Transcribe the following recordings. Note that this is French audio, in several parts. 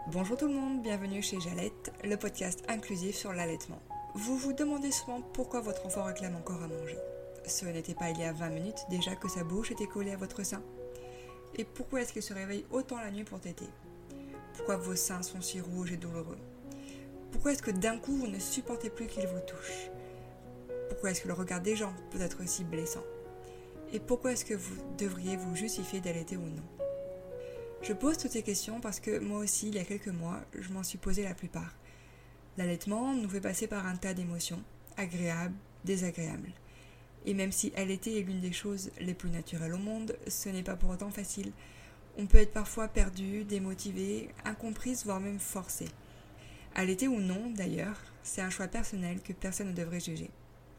Bonjour tout le monde, bienvenue chez Jalette, le podcast inclusif sur l'allaitement. Vous vous demandez souvent pourquoi votre enfant réclame encore à manger. Ce n'était pas il y a 20 minutes déjà que sa bouche était collée à votre sein. Et pourquoi est-ce qu'il se réveille autant la nuit pour téter? Pourquoi vos seins sont si rouges et douloureux? Pourquoi est-ce que d'un coup vous ne supportez plus qu'il vous touche? Pourquoi est-ce que le regard des gens peut être aussi blessant? Et pourquoi est-ce que vous devriez vous justifier d'allaiter ou non? Je pose toutes ces questions parce que moi aussi, il y a quelques mois, je m'en suis posé la plupart. L'allaitement nous fait passer par un tas d'émotions, agréables, désagréables. Et même si allaiter est l'une des choses les plus naturelles au monde, ce n'est pas pour autant facile. On peut être parfois perdu, démotivé, incomprise, voire même forcé. Allaiter ou non, d'ailleurs, c'est un choix personnel que personne ne devrait juger.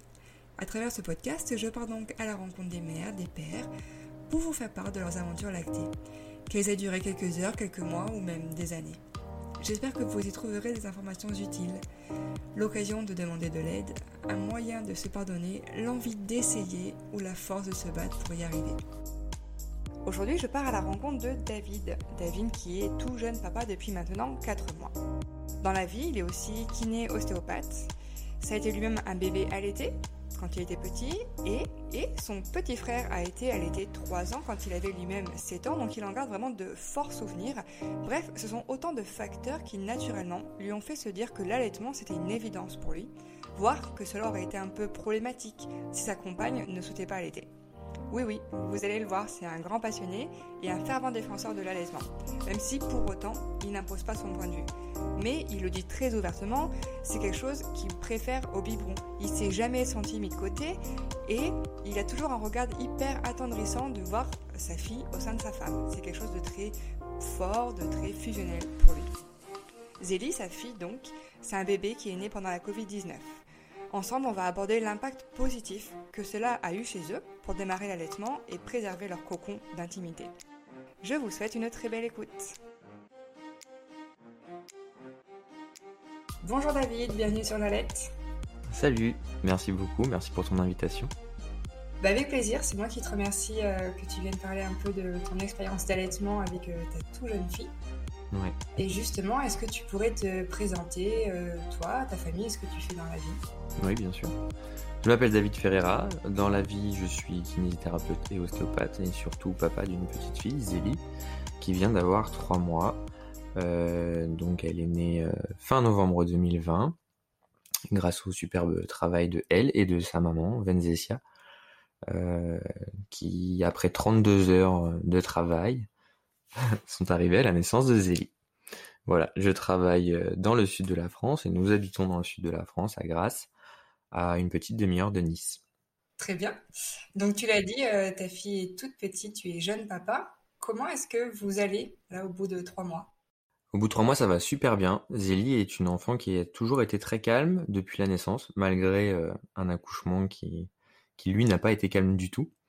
À travers ce podcast, je pars donc à la rencontre des mères, des pères, pour vous faire part de leurs aventures lactées, qu'elles aient duré quelques heures, quelques mois ou même des années. J'espère que vous y trouverez des informations utiles, l'occasion de demander de l'aide, un moyen de se pardonner, l'envie d'essayer ou la force de se battre pour y arriver. Aujourd'hui, je pars à la rencontre de David. David qui est tout jeune papa depuis maintenant 4 mois. Dans la vie, il est aussi kiné-ostéopathe. Ça a été lui-même un bébé allaité quand il était petit et son petit frère a été allaité 3 ans quand il avait lui-même 7 ans, donc il en garde vraiment de forts souvenirs. Bref, ce sont autant de facteurs qui naturellement lui ont fait se dire que l'allaitement c'était une évidence pour lui, voire que cela aurait été un peu problématique si sa compagne ne souhaitait pas allaiter. Oui, vous allez le voir, c'est un grand passionné et un fervent défenseur de l'allaitement, même si pour autant, il n'impose pas son point de vue. Mais il le dit très ouvertement, c'est quelque chose qu'il préfère au biberon. Il s'est jamais senti mis de côté et il a toujours un regard hyper attendrissant de voir sa fille au sein de sa femme. C'est quelque chose de très fort, de très fusionnel pour lui. Zélie, sa fille donc, c'est un bébé qui est né pendant la Covid-19. Ensemble, on va aborder l'impact positif que cela a eu chez eux pour démarrer l'allaitement et préserver leur cocon d'intimité. Je vous souhaite une très belle écoute. Bonjour David, bienvenue sur Jalette. Salut, merci beaucoup, merci pour ton invitation. Avec plaisir, c'est moi qui te remercie que tu viennes parler un peu de ton expérience d'allaitement avec ta tout jeune fille. Ouais. Et justement, est-ce que tu pourrais te présenter, toi, ta famille, ce que tu fais dans la vie? Oui, bien sûr. Je m'appelle David Ferreira. Dans la vie, je suis kinésithérapeute et ostéopathe et surtout papa d'une petite fille, Zélie, qui vient d'avoir 3 mois. Donc elle est née fin novembre 2020 grâce au superbe travail de elle et de sa maman, Venzesia, qui, après 32 heures de travail, sont arrivés à la naissance de Zélie. Voilà, je travaille dans le sud de la France et nous habitons dans le sud de la France, à Grasse, à une petite demi-heure de Nice. Très bien. Donc tu l'as dit, ta fille est toute petite, tu es jeune papa. Comment est-ce que vous allez là au bout de 3 mois? Au bout de 3 mois, ça va super bien. Zélie est une enfant qui a toujours été très calme depuis la naissance, malgré un accouchement qui lui n'a pas été calme du tout.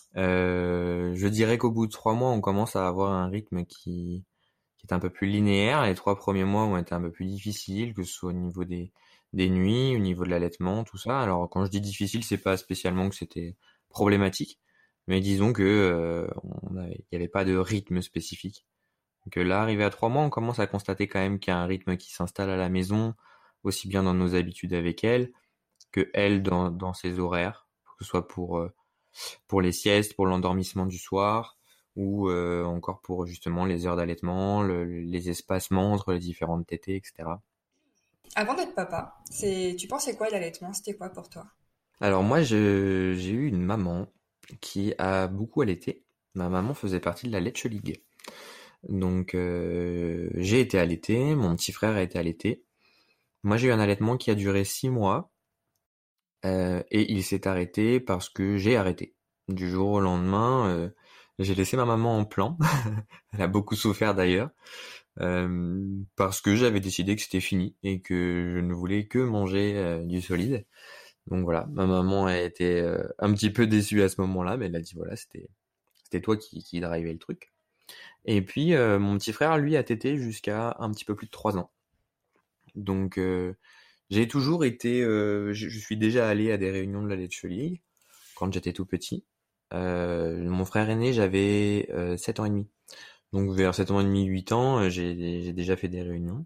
Je dirais qu'au bout de 3 mois, on commence à avoir un rythme qui est un peu plus linéaire. Les 3 premiers mois ont été un peu plus difficiles, que ce soit au niveau des nuits, au niveau de l'allaitement, tout ça. Alors quand je dis difficile, c'est pas spécialement que c'était problématique, mais disons que il y avait pas de rythme spécifique. Donc là, arrivé à 3 mois, on commence à constater quand même qu'il y a un rythme qui s'installe à la maison, aussi bien dans nos habitudes avec elle, que elle dans ses horaires, que ce soit pour les siestes, pour l'endormissement du soir, ou encore pour justement les heures d'allaitement, les espacements entre les différentes tétées, etc. Avant d'être papa, tu pensais quoi de l'allaitement? C'était quoi pour toi? Alors moi, j'ai eu une maman qui a beaucoup allaité. Ma maman faisait partie de la Leche League. Donc j'ai été allaité, mon petit frère a été allaité. Moi, j'ai eu un allaitement qui a duré 6 mois et il s'est arrêté parce que j'ai arrêté. Du jour au lendemain, j'ai laissé ma maman en plan. Elle a beaucoup souffert d'ailleurs, parce que j'avais décidé que c'était fini et que je ne voulais que manger du solide. Donc voilà, ma maman a été un petit peu déçue à ce moment-là, mais elle a dit voilà, c'était toi qui drivais le truc. Et puis mon petit frère, lui, a tété jusqu'à un petit peu plus de 3 ans. Donc j'ai toujours été, je suis déjà allé à des réunions de la Leche League quand j'étais tout petit. Mon frère aîné, j'avais 7 ans et demi. Donc vers 7 ans et demi, 8 ans, j'ai déjà fait des réunions.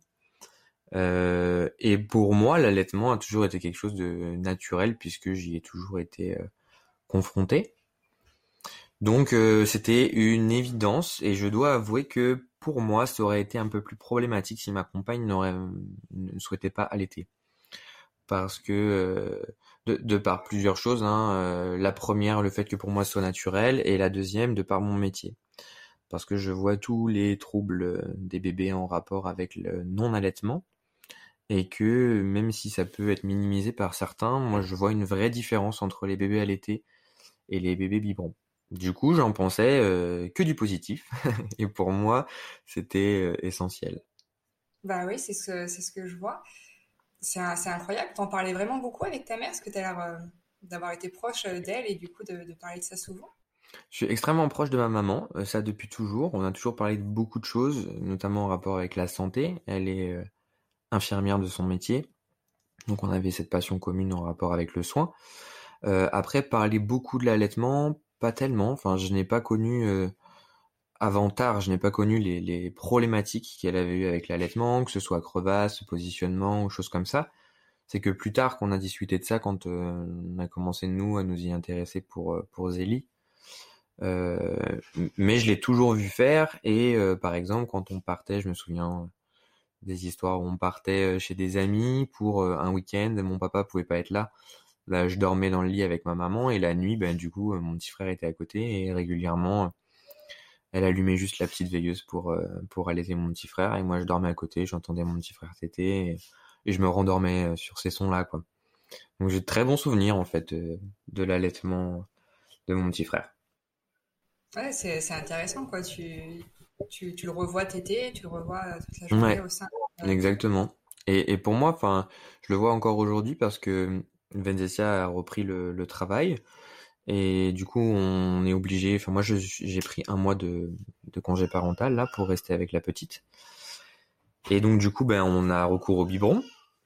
Et pour moi, l'allaitement a toujours été quelque chose de naturel puisque j'y ai toujours été confronté. Donc c'était une évidence et je dois avouer que pour moi, ça aurait été un peu plus problématique si ma compagne ne souhaitait pas allaiter. Parce que de par plusieurs choses, hein, la première, le fait que pour moi ce soit naturel, et la deuxième, de par mon métier. Parce que je vois tous les troubles des bébés en rapport avec le non-allaitement, et que même si ça peut être minimisé par certains, moi je vois une vraie différence entre les bébés allaités et les bébés biberons. Du coup, j'en pensais que du positif, et pour moi, c'était essentiel. Bah oui, c'est ce que je vois. C'est incroyable. T'en parlais vraiment beaucoup avec ta mère, parce que t'as l'air d'avoir été proche d'elle et du coup de parler de ça souvent. Je suis extrêmement proche de ma maman, ça depuis toujours. On a toujours parlé de beaucoup de choses, notamment en rapport avec la santé. Elle est infirmière de son métier, donc on avait cette passion commune en rapport avec le soin. Après, parler beaucoup de l'allaitement, pas tellement. Enfin, je n'ai pas connu avant tard, je n'ai pas connu les problématiques qu'elle avait eues avec l'allaitement, que ce soit crevasse, positionnement ou choses comme ça. C'est que plus tard qu'on a discuté de ça, quand on a commencé nous à nous y intéresser pour Zélie. Mais je l'ai toujours vu faire et par exemple quand on partait, je me souviens des histoires où on partait chez des amis pour un week-end, mon papa pouvait pas être là. Là, je dormais dans le lit avec ma maman et la nuit, ben du coup, mon petit frère était à côté et régulièrement, elle allumait juste la petite veilleuse pour allaiter mon petit frère et moi je dormais à côté, j'entendais mon petit frère téter et je me rendormais sur ces sons-là quoi. Donc j'ai de très bons souvenirs en fait de l'allaitement de mon petit frère. Ouais, c'est intéressant, quoi. Tu le revois téter, tu le revois toute la journée Ouais. au sein. Exactement. Et pour moi, enfin, je le vois encore aujourd'hui parce que Venezia a repris le travail et du coup, on est obligé. Enfin, moi, j'ai pris un mois de congé parental là pour rester avec la petite. Et donc, du coup, ben, on a recours au biberon,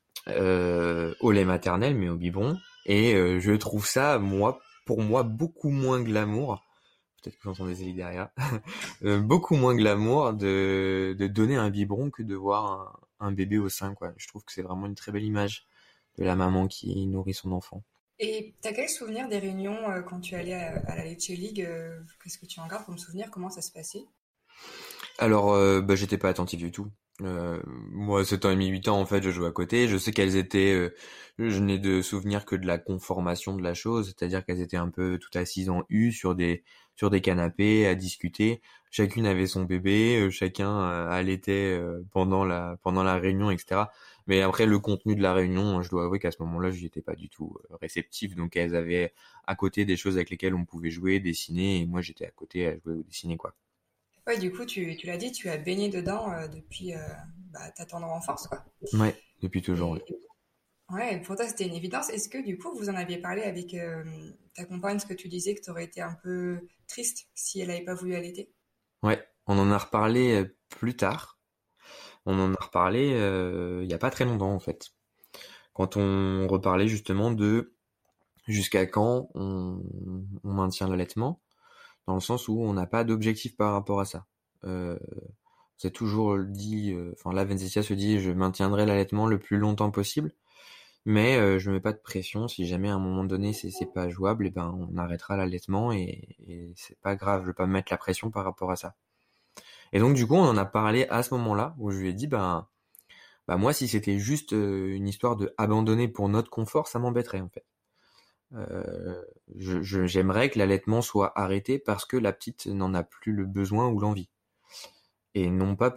au lait maternel, mais au biberon. Et je trouve ça, moi, pour moi, beaucoup moins glamour. Peut-être que j'entends des élites derrière. Beaucoup moins glamour de donner un biberon que de voir un bébé au sein, quoi. Je trouve que c'est vraiment une très belle image de la maman qui nourrit son enfant. Et t'as quel souvenir des réunions quand tu allais à la Lecce League qu'est-ce que tu en gardes comme souvenir? Comment ça se passait? Alors, bah, j'étais pas attentif du tout. Moi, 7 ans et demi, 8 ans, en fait, je jouais à côté. Je sais qu'elles étaient, je n'ai de souvenir que de la conformation de la chose, c'est-à-dire qu'elles étaient un peu toutes assises en U sur des canapés à discuter. Chacune avait son bébé, chacun allaitait pendant la réunion, etc. Mais après, le contenu de la réunion, je dois avouer qu'à ce moment-là, j'y étais pas du tout réceptif. Donc, elles avaient à côté des choses avec lesquelles on pouvait jouer, dessiner, et moi, j'étais à côté à jouer ou dessiner, quoi. Ouais, du coup, tu l'as dit, tu as baigné dedans depuis bah, ta tendre enfance, quoi. Ouais, depuis toujours, ouais. Et ouais, pour toi, c'était une évidence. Est-ce que du coup, vous en aviez parlé avec ta compagne, ce que tu disais que tu aurais été un peu triste si elle n'avait pas voulu allaiter? Ouais, on en a reparlé plus tard. On en a reparlé il y a pas très longtemps en fait. Quand on reparlait justement de jusqu'à quand on maintient l'allaitement, dans le sens où on n'a pas d'objectif par rapport à ça. Euh, c'est toujours dit, enfin là Venezia se dit je maintiendrai l'allaitement le plus longtemps possible, mais je mets pas de pression. Si jamais à un moment donné c'est pas jouable, et ben on arrêtera l'allaitement et c'est pas grave. Je vais pas me mettre la pression par rapport à ça. Et donc du coup, on en a parlé à ce moment-là où je lui ai dit bah moi si c'était juste une histoire de abandonner pour notre confort, ça m'embêterait en fait. Euh, j'aimerais que l'allaitement soit arrêté parce que la petite n'en a plus le besoin ou l'envie et non pas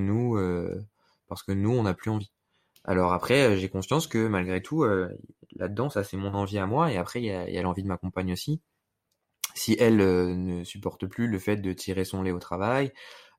parce que nous on n'a plus envie. Alors après, j'ai conscience que malgré tout là-dedans ça c'est mon envie à moi et après il y a l'envie de ma compagne aussi. Si elle ne supporte plus le fait de tirer son lait au travail,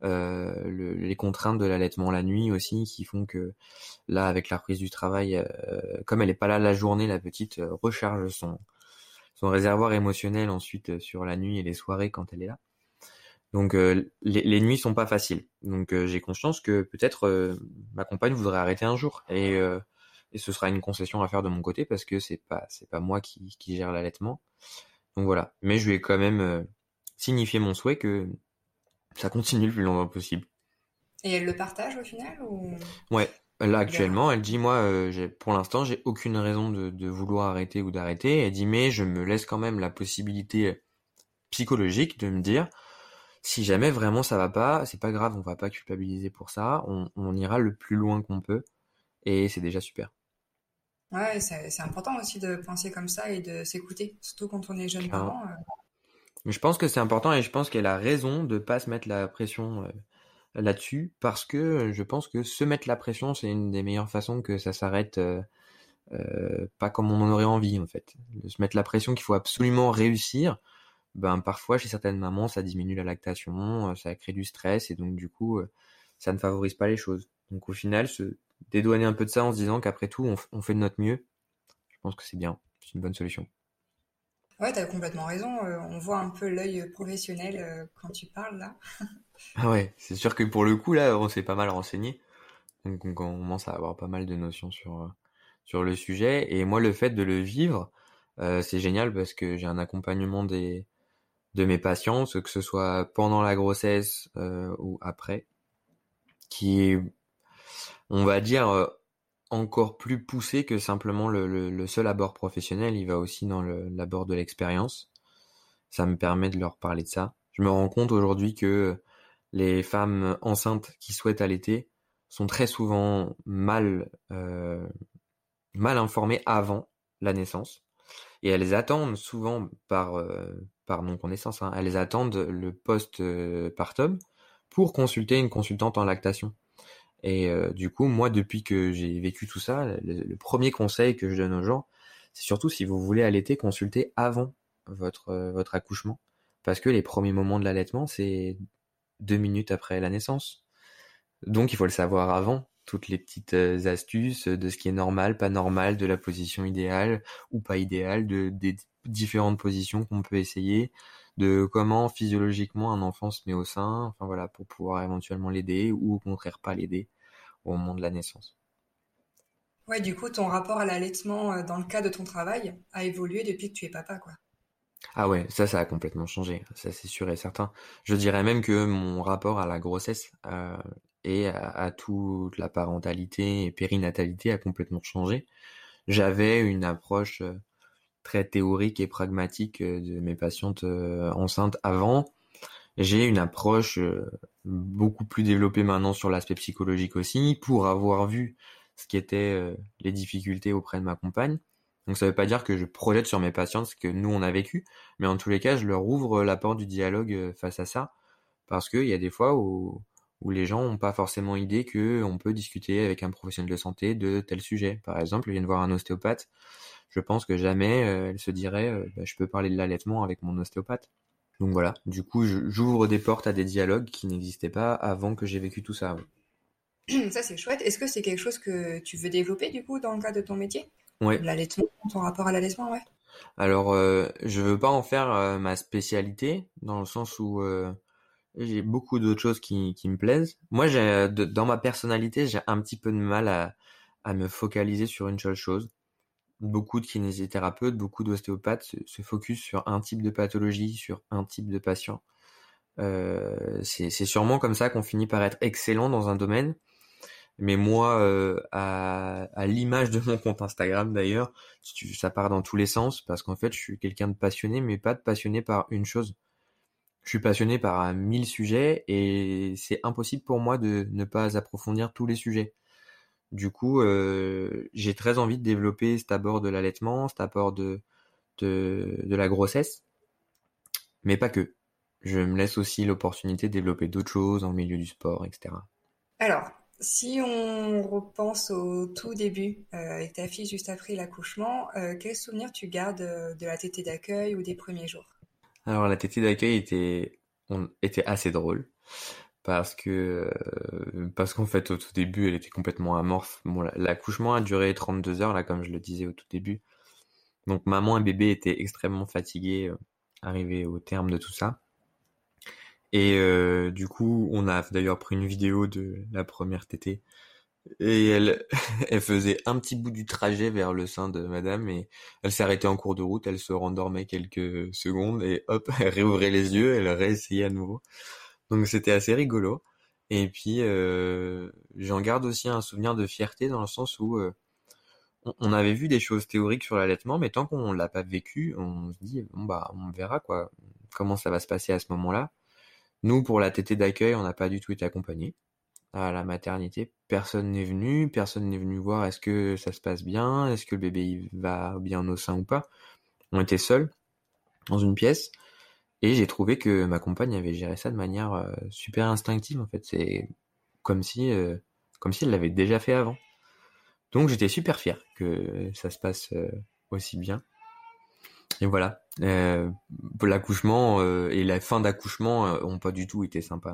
les contraintes de l'allaitement la nuit aussi, qui font que là, avec la reprise du travail, comme elle est pas là la journée, la petite recharge son réservoir émotionnel ensuite sur la nuit et les soirées quand elle est là. Donc les nuits sont pas faciles. Donc j'ai conscience que peut-être ma compagne voudrait arrêter un jour et ce sera une concession à faire de mon côté parce que c'est pas moi qui gère l'allaitement. Donc voilà. Mais je lui ai quand même signifié mon souhait que ça continue le plus longtemps possible. Et elle le partage au final ou Ouais, là il est rare? actuellement, elle dit moi, pour l'instant, j'ai aucune raison de vouloir arrêter ou d'arrêter. Elle dit mais je me laisse quand même la possibilité psychologique de me dire si jamais vraiment ça va pas, c'est pas grave, on va pas culpabiliser pour ça, on ira le plus loin qu'on peut et c'est déjà super. Ouais, c'est important aussi de penser comme ça et de s'écouter, surtout quand on est jeune Clairement. parent. Mais je pense que c'est important et je pense qu'elle a raison de pas se mettre la pression là-dessus parce que je pense que se mettre la pression, c'est une des meilleures façons que ça s'arrête pas comme on en aurait envie en fait. De se mettre la pression qu'il faut absolument réussir, ben parfois chez certaines mamans ça diminue la lactation, ça crée du stress et donc du coup ça ne favorise pas les choses. Donc au final se dédouaner un peu de ça en se disant qu'après tout on fait de notre mieux, je pense que c'est bien, c'est une bonne solution. Ouais, t'as complètement raison. On voit un peu l'œil professionnel quand tu parles là. Ah ouais, c'est sûr que pour le coup là on s'est pas mal renseigné, donc on commence à avoir pas mal de notions sur le sujet et moi le fait de le vivre c'est génial parce que j'ai un accompagnement de mes patients, que ce soit pendant la grossesse ou après, qui est, on va dire, encore plus poussé que simplement le seul abord professionnel. Il va aussi dans l'abord de l'expérience. Ça me permet de leur parler de ça. Je me rends compte aujourd'hui que les femmes enceintes qui souhaitent allaiter sont très souvent mal informées avant la naissance. Et elles attendent souvent par non-connaissance, hein, elles attendent le post-partum pour consulter une consultante en lactation. Et du coup, moi, depuis que j'ai vécu tout ça, le premier conseil que je donne aux gens, c'est surtout si vous voulez allaiter, consultez avant votre accouchement. Parce que les premiers moments de l'allaitement, c'est 2 minutes après la naissance. Donc il faut le savoir avant, toutes les petites astuces de ce qui est normal, pas normal, de la position idéale ou pas idéale, des différentes positions qu'on peut essayer, de comment physiologiquement un enfant se met au sein, enfin voilà, pour pouvoir éventuellement l'aider ou au contraire pas l'aider au moment de la naissance. Ouais, du coup, ton rapport à l'allaitement dans le cas de ton travail a évolué depuis que tu es papa, quoi. Ah ouais, ça a complètement changé, ça c'est sûr et certain. Je dirais même que mon rapport à la grossesse et à toute la parentalité et périnatalité a complètement changé. J'avais une approche très théorique et pragmatique de mes patientes enceintes avant. J'ai une approche beaucoup plus développée maintenant sur l'aspect psychologique aussi, pour avoir vu ce qui étaient les difficultés auprès de ma compagne. Donc ça veut pas dire que je projette sur mes patientes ce que nous on a vécu, mais en tous les cas, je leur ouvre la porte du dialogue face à ça, parce qu'il y a des fois où les gens n'ont pas forcément idée que on peut discuter avec un professionnel de santé de tel sujet. Par exemple, ils viennent voir un ostéopathe. Je pense que jamais elle se dirait bah, je peux parler de l'allaitement avec mon ostéopathe. Donc voilà, du coup j'ouvre des portes à des dialogues qui n'existaient pas avant que j'ai vécu tout ça. Ça, c'est chouette. Est-ce que c'est quelque chose que tu veux développer, du coup, dans le cadre de ton métier? Ouais. L'allaitement, ton rapport à l'allaitement, ouais. Alors je veux pas en faire ma spécialité dans le sens où j'ai beaucoup d'autres choses qui me plaisent. Moi dans ma personnalité, j'ai un petit peu de mal à me focaliser sur une seule chose. Beaucoup de kinésithérapeutes, beaucoup d'ostéopathes se focus sur un type de pathologie, sur un type de patient. C'est sûrement comme ça qu'on finit par être excellent dans un domaine. Mais moi, à l'image de mon compte Instagram d'ailleurs, ça part dans tous les sens parce qu'en fait, je suis quelqu'un de passionné, mais pas de passionné par une chose. Je suis passionné par 1000 sujets et c'est impossible pour moi de ne pas approfondir tous les sujets. Du coup, j'ai très envie de développer cet abord de l'allaitement, cet abord de la grossesse, mais pas que. Je me laisse aussi l'opportunité de développer d'autres choses en milieu du sport, etc. Alors, si on repense au tout début, avec ta fille juste après l'accouchement, quel souvenir tu gardes de la tétée d'accueil ou des premiers jours? Alors la tétée d'accueil était assez drôle parce qu'en fait au tout début elle était complètement amorphe. Bon, l'accouchement a duré 32 heures là comme je le disais au tout début. Donc maman et bébé étaient extrêmement fatigués arrivés au terme de tout ça. Et du coup on a d'ailleurs pris une vidéo de la première tétée et elle elle faisait un petit bout du trajet vers le sein de madame et elle s'est arrêtée en cours de route, elle se rendormait quelques secondes et hop, elle réouvrait les yeux, elle réessayait à nouveau. Donc c'était assez rigolo. Et puis j'en garde aussi un souvenir de fierté dans le sens où on avait vu des choses théoriques sur l'allaitement, mais tant qu'on l'a pas vécu, on se dit bon bah on verra quoi, comment ça va se passer à ce moment-là. Nous pour la tétée d'accueil, on n'a pas du tout été accompagnés à la maternité. Personne n'est venu voir est-ce que ça se passe bien, est-ce que le bébé il va bien au sein ou pas. On était seuls dans une pièce et j'ai trouvé que ma compagne avait géré ça de manière super instinctive en fait. C'est comme si euh, comme si elle l'avait déjà fait avant. Donc j'étais super fier que ça se passe aussi bien. Et voilà. L'accouchement et la fin d'accouchement ont pas du tout été sympas.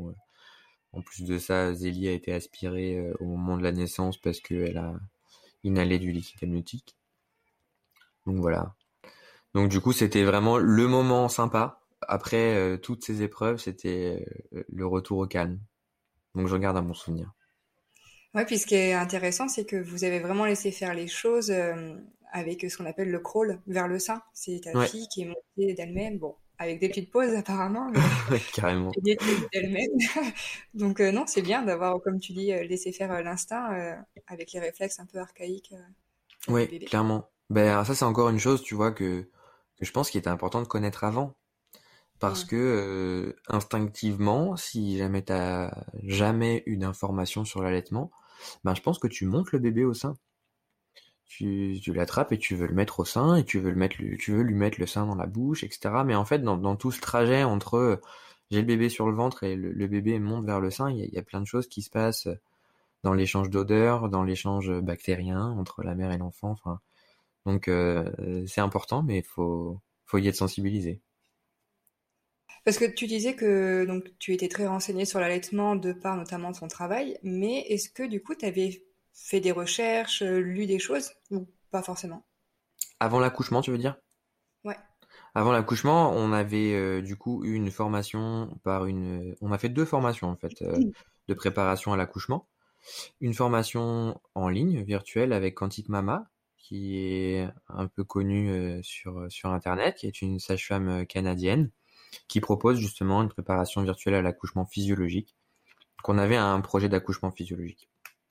En plus de ça, Zélie a été aspirée au moment de la naissance parce qu'elle a inhalé du liquide amniotique. Donc voilà. Donc du coup, c'était vraiment le moment sympa. Après toutes ces épreuves, c'était le retour au calme. Donc j'en garde un bon souvenir. Ouais, puis ce qui est intéressant, c'est que vous avez vraiment laissé faire les choses avec ce qu'on appelle le crawl vers le sein. C'est ta Ouais, fille qui est montée d'elle-même, bon, avec des petites pauses apparemment, mais ouais, carrément. elle est montée d'elle-même. Donc non, c'est bien d'avoir, comme tu dis, laissé faire l'instinct avec les réflexes un peu archaïques du Ouais, bébé. clairement. Ben ça c'est encore une chose, tu vois, que je pense qu'il était important de connaître avant. Parce Mm. que instinctivement, si jamais t'as jamais eu d'informations sur l'allaitement, ben je pense que tu montes le bébé au sein. Tu l'attrapes et tu veux le mettre au sein et tu veux lui mettre le sein dans la bouche, etc. Mais en fait, dans tout ce trajet entre j'ai le bébé sur le ventre et le bébé monte vers le sein, il y a plein de choses qui se passent dans l'échange d'odeurs, dans l'échange bactérien entre la mère et l'enfant. Enfin, donc c'est important, mais faut y être sensibilisé. Parce que tu disais que donc tu étais très renseigné sur l'allaitement de par notamment ton travail, mais est-ce que du coup tu avais fait des recherches, lu des choses ou pas forcément? Avant l'accouchement, tu veux dire? Ouais. Avant l'accouchement, on avait du coup eu une formation on a fait deux formations en fait de préparation à l'accouchement. Une formation en ligne virtuelle avec Quantique Mama, qui est un peu connue sur Internet, qui est une sage-femme canadienne, qui propose justement une préparation virtuelle à l'accouchement physiologique. Qu'on avait un projet d'accouchement physiologique.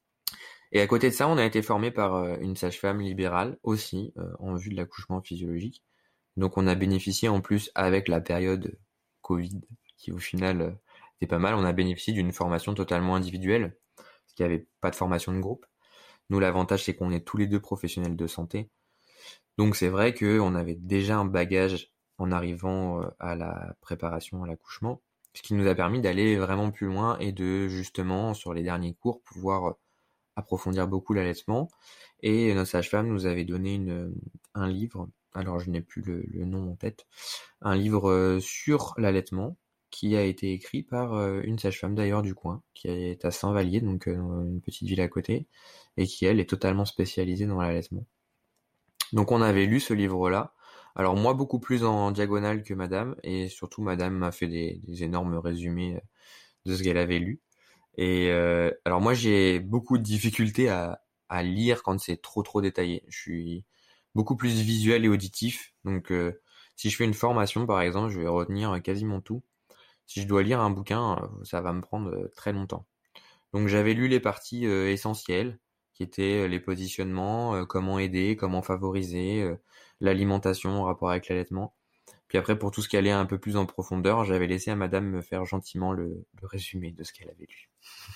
Et à côté de ça, on a été formé par une sage-femme libérale aussi en vue de l'accouchement physiologique. Donc on a bénéficié en plus avec la période Covid, qui au final était pas mal, on a bénéficié d'une formation totalement individuelle, parce qu'il n'y avait pas de formation de groupe. Nous, l'avantage, c'est qu'on est tous les deux professionnels de santé. Donc c'est vrai qu'on avait déjà un bagage en arrivant à la préparation à l'accouchement, ce qui nous a permis d'aller vraiment plus loin et de justement, sur les derniers cours, pouvoir approfondir beaucoup l'allaitement. Et notre sage-femme nous avait donné un livre, alors je n'ai plus le nom en tête, un livre sur l'allaitement qui a été écrit par une sage-femme d'ailleurs du coin, qui est à Saint-Vallier, donc une petite ville à côté, et qui elle est totalement spécialisée dans l'allaitement. Donc on avait lu ce livre-là. Alors moi beaucoup plus en diagonale que Madame, et surtout Madame m'a fait des énormes résumés de ce qu'elle avait lu. Et alors moi j'ai beaucoup de difficultés à lire quand c'est trop détaillé. Je suis beaucoup plus visuel et auditif. Donc si je fais une formation par exemple, je vais retenir quasiment tout. Si je dois lire un bouquin, ça va me prendre très longtemps. Donc j'avais lu les parties essentielles, qui étaient les positionnements, comment aider, comment favoriser, l'alimentation en rapport avec l'allaitement. Puis après, pour tout ce qui allait un peu plus en profondeur, j'avais laissé à Madame me faire gentiment le résumé de ce qu'elle avait lu.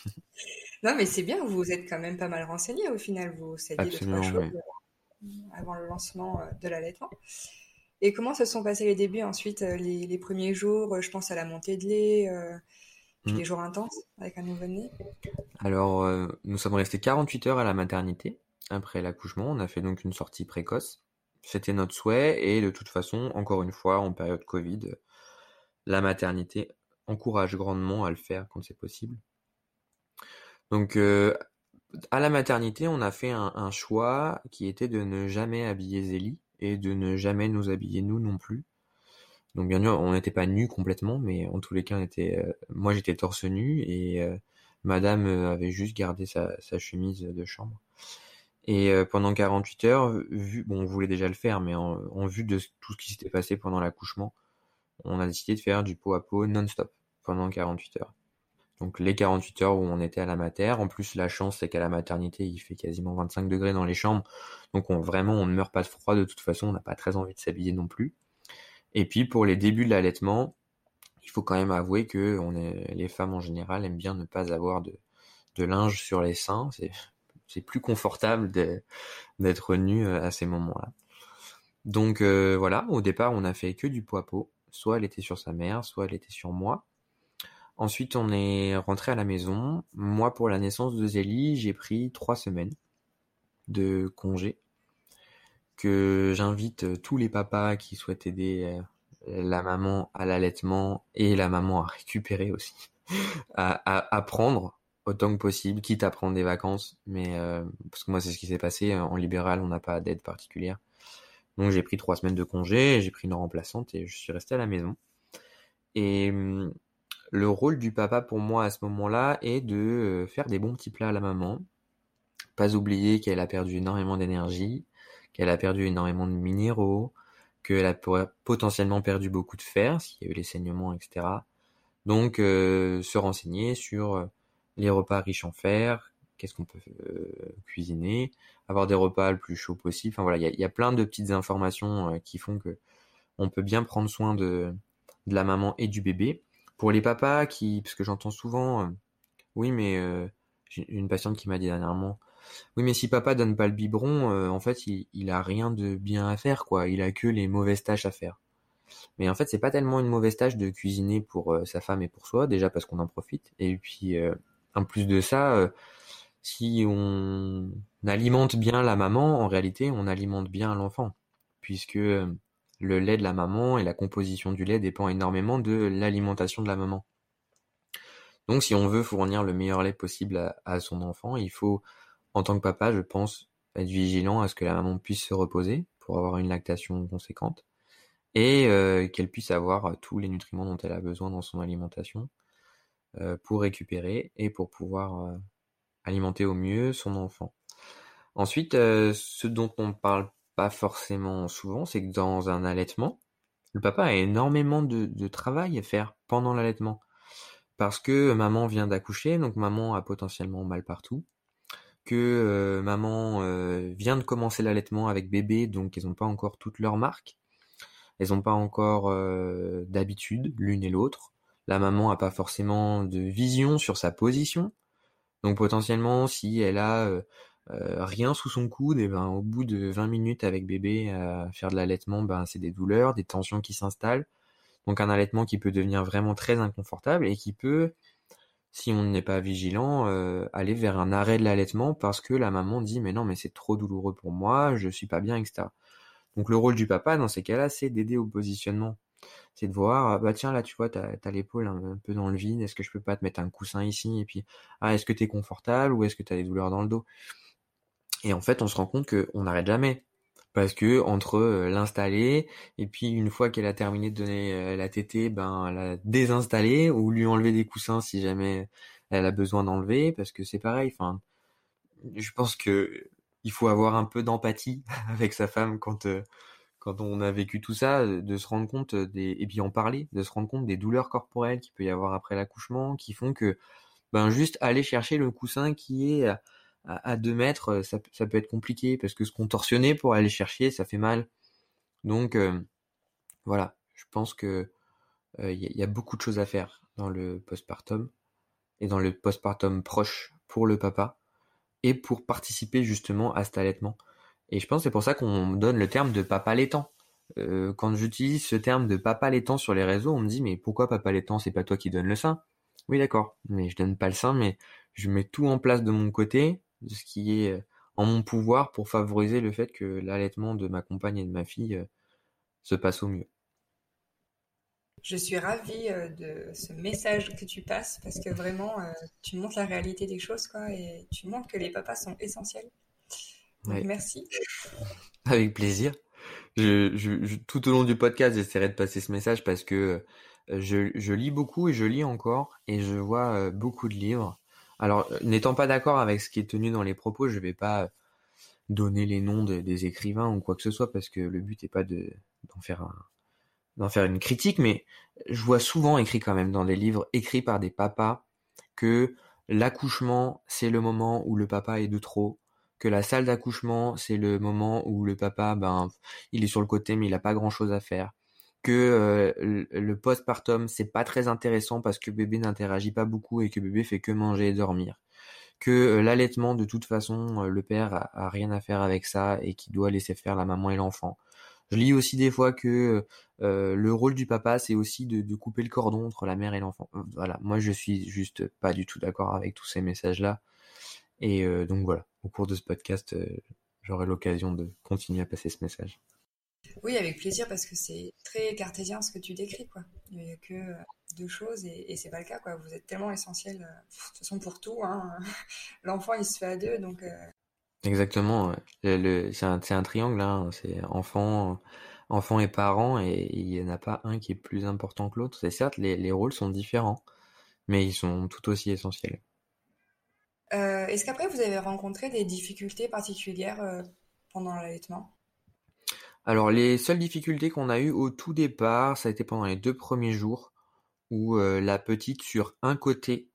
Non, mais c'est bien, vous vous êtes quand même pas mal renseigné au final, vous saviez deux, trois Absolument, choses oui. avant le lancement de l'allaitement. Et comment se sont passés les débuts ensuite, les premiers jours, je pense à la montée de lait, puis Mm. les jours intenses avec un nouveau-né. Alors, nous sommes restés 48 heures à la maternité après l'accouchement. On a fait donc une sortie précoce. C'était notre souhait et de toute façon, encore une fois, en période Covid, la maternité encourage grandement à le faire quand c'est possible. Donc, à la maternité, on a fait un choix qui était de ne jamais habiller Zélie et de ne jamais nous habiller nous non plus. Donc bien sûr, on n'était pas nus complètement, mais en tous les cas, moi j'étais torse nu et Madame avait juste gardé sa chemise de chambre. Et pendant 48 heures, bon, on voulait déjà le faire, mais en vue de tout ce qui s'était passé pendant l'accouchement, on a décidé de faire du pot à pot non-stop pendant 48 heures. Donc les 48 heures où on était à la mater. En plus, la chance, c'est qu'à la maternité, il fait quasiment 25 degrés dans les chambres. Donc on ne meurt pas de froid de toute façon. On n'a pas très envie de s'habiller non plus. Et puis pour les débuts de l'allaitement, il faut quand même avouer que les femmes en général aiment bien ne pas avoir de linge sur les seins. C'est plus confortable d'être nu à ces moments-là. Donc voilà, au départ, on a fait que du poids-peau. Soit elle était sur sa mère, soit elle était sur moi. Ensuite, on est rentré à la maison. Moi, pour la naissance de Zélie, j'ai pris 3 semaines de congé que j'invite tous les papas qui souhaitent aider la maman à l'allaitement et la maman à récupérer aussi, à prendre autant que possible, quitte à prendre des vacances. Mais parce que moi, c'est ce qui s'est passé. En libéral, on n'a pas d'aide particulière. Donc j'ai pris 3 semaines de congé, j'ai pris une remplaçante et je suis resté à la maison. Et le rôle du papa pour moi à ce moment-là est de faire des bons petits plats à la maman. Pas oublier qu'elle a perdu énormément d'énergie, qu'elle a perdu énormément de minéraux, qu'elle a potentiellement perdu beaucoup de fer s'il y a eu les saignements, etc. Donc se renseigner sur les repas riches en fer, qu'est-ce qu'on peut cuisiner, avoir des repas le plus chaud possible. Enfin voilà, il y a plein de petites informations qui font que on peut bien prendre soin de la maman et du bébé. Pour les papas parce que j'entends souvent, oui mais j'ai une patiente qui m'a dit dernièrement, oui mais si papa donne pas le biberon, en fait il a rien de bien à faire quoi, il a que les mauvaises tâches à faire. Mais en fait c'est pas tellement une mauvaise tâche de cuisiner pour sa femme et pour soi, déjà parce qu'on en profite, et puis en plus de ça, si on alimente bien la maman, en réalité on alimente bien l'enfant, puisque le lait de la maman et la composition du lait dépend énormément de l'alimentation de la maman. Donc si on veut fournir le meilleur lait possible à son enfant, il faut, en tant que papa, je pense, être vigilant à ce que la maman puisse se reposer pour avoir une lactation conséquente et qu'elle puisse avoir tous les nutriments dont elle a besoin dans son alimentation pour récupérer et pour pouvoir alimenter au mieux son enfant. Ensuite, ce dont on ne parle pas forcément souvent, c'est que dans un allaitement, le papa a énormément de travail à faire pendant l'allaitement. Parce que maman vient d'accoucher, donc maman a potentiellement mal partout. Que maman vient de commencer l'allaitement avec bébé, donc elles n'ont pas encore toutes leurs marques. Elles n'ont pas encore d'habitude, l'une et l'autre. La maman a pas forcément de vision sur sa position. Donc potentiellement, si elle a rien sous son coude, et ben au bout de 20 minutes avec bébé à faire de l'allaitement, ben c'est des douleurs, des tensions qui s'installent. Donc un allaitement qui peut devenir vraiment très inconfortable et qui peut, si on n'est pas vigilant, aller vers un arrêt de l'allaitement parce que la maman dit mais non mais c'est trop douloureux pour moi, je suis pas bien, etc. Donc le rôle du papa dans ces cas-là, c'est d'aider au positionnement. C'est de voir, bah tiens là tu vois, t'as l'épaule un peu dans le vide, est-ce que je peux pas te mettre un coussin ici, et puis est-ce que t'es confortable ou est-ce que t'as des douleurs dans le dos? Et en fait on se rend compte qu'on n'arrête jamais. Parce que entre l'installer et puis une fois qu'elle a terminé de donner la tétée, ben la désinstaller ou lui enlever des coussins si jamais elle a besoin d'enlever, parce que c'est pareil. Enfin, je pense que il faut avoir un peu d'empathie avec sa femme quand on a vécu tout ça, de se rendre compte et puis en parler, de se rendre compte des douleurs corporelles qu'il peut y avoir après l'accouchement, qui font que ben juste aller chercher le coussin qui est à 2 mètres, ça peut être compliqué parce que se contorsionner pour aller chercher, ça fait mal. Donc voilà, je pense que y a beaucoup de choses à faire dans le postpartum et dans le postpartum proche pour le papa et pour participer justement à cet allaitement. Et je pense que c'est pour ça qu'on donne le terme de papa allaitant. Quand j'utilise ce terme de papa allaitant sur les réseaux, on me dit mais pourquoi papa allaitant, c'est pas toi qui donnes le sein? Oui d'accord, mais je donne pas le sein, mais je mets tout en place de mon côté, de ce qui est en mon pouvoir pour favoriser le fait que l'allaitement de ma compagne et de ma fille se passe au mieux. Je suis ravie de ce message que tu passes parce que vraiment, tu montres la réalité des choses, quoi, et tu montres que les papas sont essentiels. Donc Ouais, merci. avec plaisir. Tout au long du podcast, j'essaierai de passer ce message parce que je lis beaucoup et je lis encore et je vois beaucoup de livres. Alors, n'étant pas d'accord avec ce qui est tenu dans les propos, je vais pas donner les noms des écrivains ou quoi que ce soit parce que le but n'est pas d'en faire d'en faire une critique, mais je vois souvent écrit quand même dans des livres écrits par des papas que l'accouchement, c'est le moment où le papa est de trop, que la salle d'accouchement, c'est le moment où le papa, il est sur le côté, mais il a pas grand-chose à faire. Que le postpartum, c'est pas très intéressant parce que bébé n'interagit pas beaucoup et que bébé fait que manger et dormir. Que l'allaitement, de toute façon, le père a rien à faire avec ça et qu'il doit laisser faire la maman et l'enfant. Je lis aussi des fois que le rôle du papa, c'est aussi de couper le cordon entre la mère et l'enfant. Voilà, moi je suis juste pas du tout d'accord avec tous ces messages-là. Et donc voilà, au cours de ce podcast, j'aurai l'occasion de continuer à passer ce message. Oui, avec plaisir, parce que c'est très cartésien ce que tu décris, quoi. Il n'y a que deux choses et c'est pas le cas, quoi. Vous êtes tellement essentiel, de toute façon, pour tout, hein. L'enfant, il se fait à deux, donc Exactement, ouais. C'est un triangle, hein. C'est enfant et parents, et il n'y en a pas un qui est plus important que l'autre. C'est certes, les rôles sont différents, mais ils sont tout aussi essentiels. est-ce qu'après, vous avez rencontré des difficultés particulières pendant l'allaitement? Alors, les seules difficultés qu'on a eues au tout départ, ça a été pendant les 2 premiers jours, où la petite sur un côté,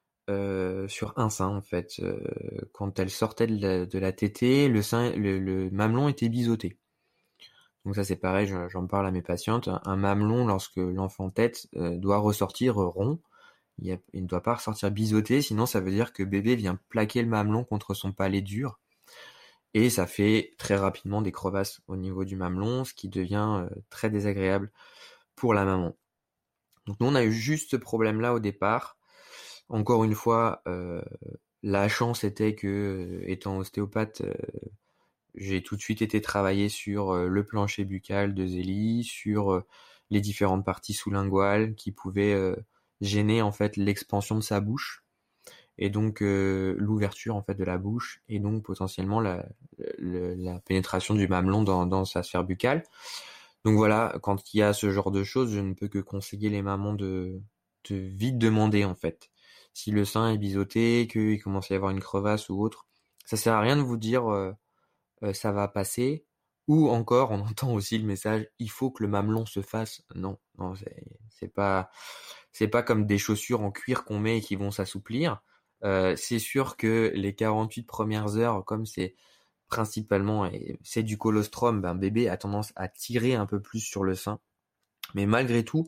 sur un sein en fait, quand elle sortait de la tétée, le mamelon était biseauté. Donc ça c'est pareil, j'en parle à mes patientes. Un mamelon, lorsque l'enfant tète, doit ressortir rond. Il ne doit pas ressortir biseauté, sinon ça veut dire que bébé vient plaquer le mamelon contre son palais dur. Et ça fait très rapidement des crevasses au niveau du mamelon, ce qui devient très désagréable pour la maman. Donc nous on a eu juste ce problème-là au départ. Encore une fois, la chance était que, étant ostéopathe, j'ai tout de suite été travailler sur le plancher buccal de Zélie, sur les différentes parties sous-linguales qui pouvaient gêner en fait l'expansion de sa bouche et donc l'ouverture en fait de la bouche et donc potentiellement la pénétration du mamelon dans sa sphère buccale. Donc voilà, quand il y a ce genre de choses, je ne peux que conseiller les mamans de vite demander en fait. Si le sein est biseauté, qu'il commence à y avoir une crevasse ou autre, ça sert à rien de vous dire ça va passer. Ou encore, on entend aussi le message, il faut que le mamelon se fasse. Non, non, c'est pas comme des chaussures en cuir qu'on met et qui vont s'assouplir. C'est sûr que les 48 premières heures, comme c'est principalement, et c'est du colostrum, bébé a tendance à tirer un peu plus sur le sein. Mais malgré tout,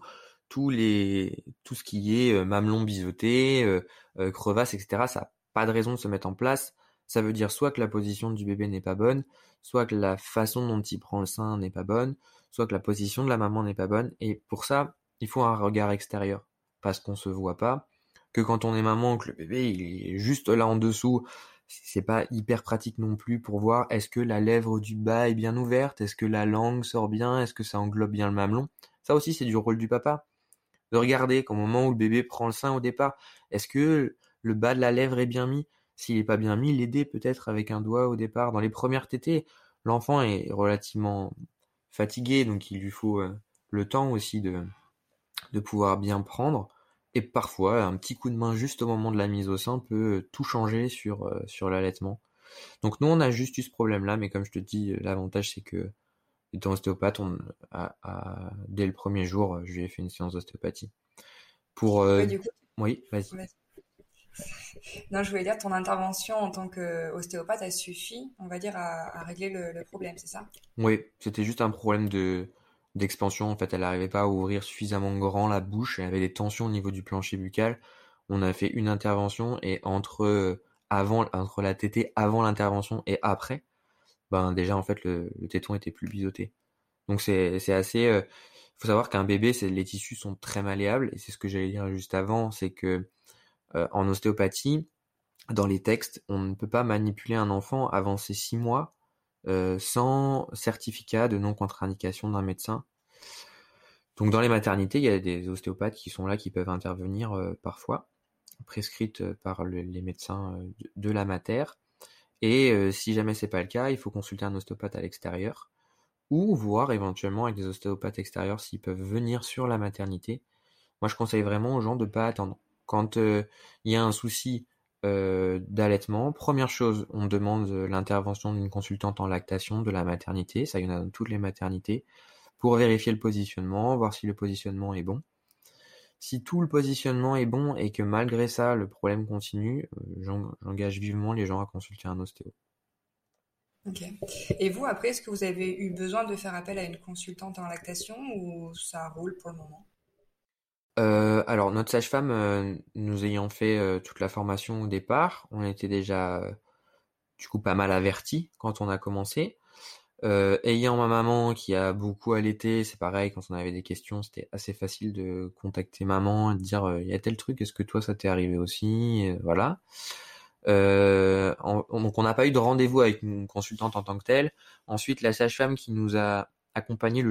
tout ce qui est mamelon biseauté, crevasse, etc., ça n'a pas de raison de se mettre en place. Ça veut dire soit que la position du bébé n'est pas bonne, soit que la façon dont il prend le sein n'est pas bonne, soit que la position de la maman n'est pas bonne. Et pour ça, il faut un regard extérieur, parce qu'on se voit pas. Que quand on est maman, que le bébé il est juste là en dessous, c'est pas hyper pratique non plus pour voir est-ce que la lèvre du bas est bien ouverte, est-ce que la langue sort bien, est-ce que ça englobe bien le mamelon. Ça aussi, c'est du rôle du papa. De regarder qu'au moment où le bébé prend le sein au départ, est-ce que le bas de la lèvre est bien mis? S'il est pas bien mis, l'aider peut-être avec un doigt au départ. Dans les premières tétées, l'enfant est relativement fatigué, donc il lui faut le temps aussi de pouvoir bien prendre. Et parfois, un petit coup de main juste au moment de la mise au sein peut tout changer sur l'allaitement. Donc nous, on a juste eu ce problème-là, mais comme je te dis, l'avantage c'est que étant ostéopathe, dès le premier jour, je lui ai fait une séance d'ostéopathie. Pour Ouais, du coup, oui, vas-y. ouais. Non, je voulais dire, ton intervention en tant qu'ostéopathe a suffi, on va dire, à régler le problème, c'est ça? Oui, c'était juste un problème d'expansion. En fait, elle n'arrivait pas à ouvrir suffisamment grand la bouche. Elle avait des tensions au niveau du plancher buccal. On a fait une intervention et entre la tétée avant l'intervention et après, déjà en fait le téton était plus biseauté. Donc c'est assez. Faut savoir qu'un bébé, les tissus sont très malléables et c'est ce que j'allais dire juste avant, c'est que en ostéopathie, dans les textes, on ne peut pas manipuler un enfant avant ses 6 mois sans certificat de non-contre-indication d'un médecin. Donc dans les maternités, il y a des ostéopathes qui sont là, qui peuvent intervenir parfois, prescrites par les médecins de la mater. Et si jamais c'est pas le cas, il faut consulter un ostéopathe à l'extérieur ou voir éventuellement avec des ostéopathes extérieurs s'ils peuvent venir sur la maternité. Moi, je conseille vraiment aux gens de pas attendre. Quand il y a un souci d'allaitement, première chose, on demande l'intervention d'une consultante en lactation de la maternité. Ça, il y en a dans toutes les maternités pour vérifier le positionnement, voir si le positionnement est bon. Si tout le positionnement est bon et que malgré ça, le problème continue, j'engage vivement les gens à consulter un ostéo. Ok. Et vous, après, est-ce que vous avez eu besoin de faire appel à une consultante en lactation ou ça roule pour le moment? Alors notre sage-femme, nous ayant fait toute la formation au départ, on était déjà du coup pas mal avertis quand on a commencé. Ayant ma maman qui a beaucoup allaité, c'est pareil, quand on avait des questions, c'était assez facile de contacter maman et de dire il y a tel truc, est-ce que toi ça t'est arrivé aussi? Voilà. Donc on n'a pas eu de rendez-vous avec une consultante en tant que telle. Ensuite, la sage-femme qui nous a accompagnés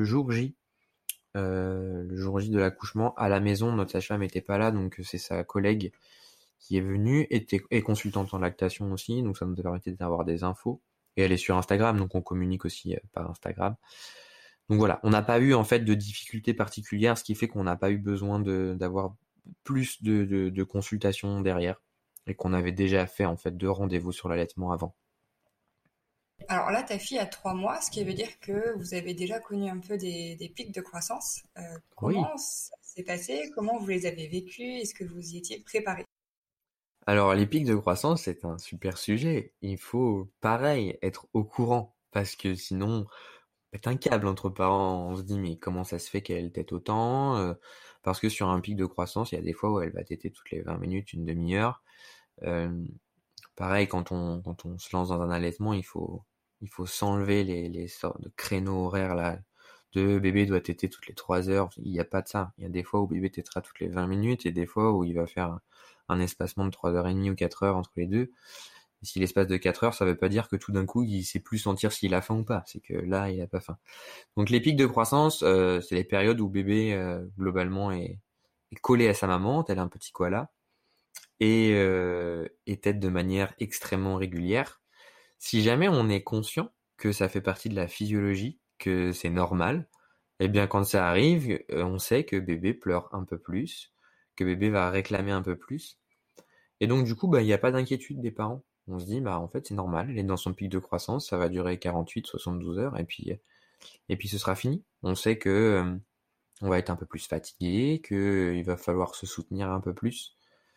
le jour J de l'accouchement à la maison, notre sage-femme n'était pas là, donc c'est sa collègue qui est venue, est consultante en lactation aussi, donc ça nous a permis d'avoir des infos. Et elle est sur Instagram, donc on communique aussi par Instagram. Donc voilà, on n'a pas eu en fait de difficultés particulières, ce qui fait qu'on n'a pas eu besoin d'avoir plus de consultations derrière, et qu'on avait déjà fait en fait 2 rendez-vous sur l'allaitement avant. Alors là, ta fille a 3 mois, ce qui veut dire que vous avez déjà connu un peu des pics de croissance. Oui. Comment ça s'est passé? Comment vous les avez vécus? Est-ce que vous y étiez préparé? Alors les pics de croissance, c'est un super sujet. Il faut pareil être au courant, parce que sinon pète un câble entre parents. On se dit mais comment ça se fait qu'elle tète autant? Parce que sur un pic de croissance, il y a des fois où elle va téter toutes les 20 minutes, une demi-heure. Euh, Pareil, quand on se lance dans un allaitement, il faut s'enlever les sortes de créneaux horaires là. De bébé doit téter toutes les 3 heures. Il n'y a pas de ça. Il y a des fois où bébé tétera toutes les 20 minutes et des fois où il va faire un espacement de 3h30 ou 4 heures entre les deux. Et si l'espace de 4 heures, ça veut pas dire que tout d'un coup, il sait plus sentir s'il a faim ou pas. C'est que là, il a pas faim. Donc les pics de croissance, c'est les périodes où bébé, globalement, est collé à sa maman, tel un petit koala, et tète de manière extrêmement régulière. Si jamais on est conscient que ça fait partie de la physiologie, que c'est normal, eh bien quand ça arrive, on sait que bébé pleure un peu plus, que bébé va réclamer un peu plus. Et donc du coup, bah il n'y a pas d'inquiétude des parents. On se dit bah en fait c'est normal, elle est dans son pic de croissance, ça va durer 48, 72 heures et puis ce sera fini. On sait que on va être un peu plus fatigué, que il va falloir se soutenir un peu plus.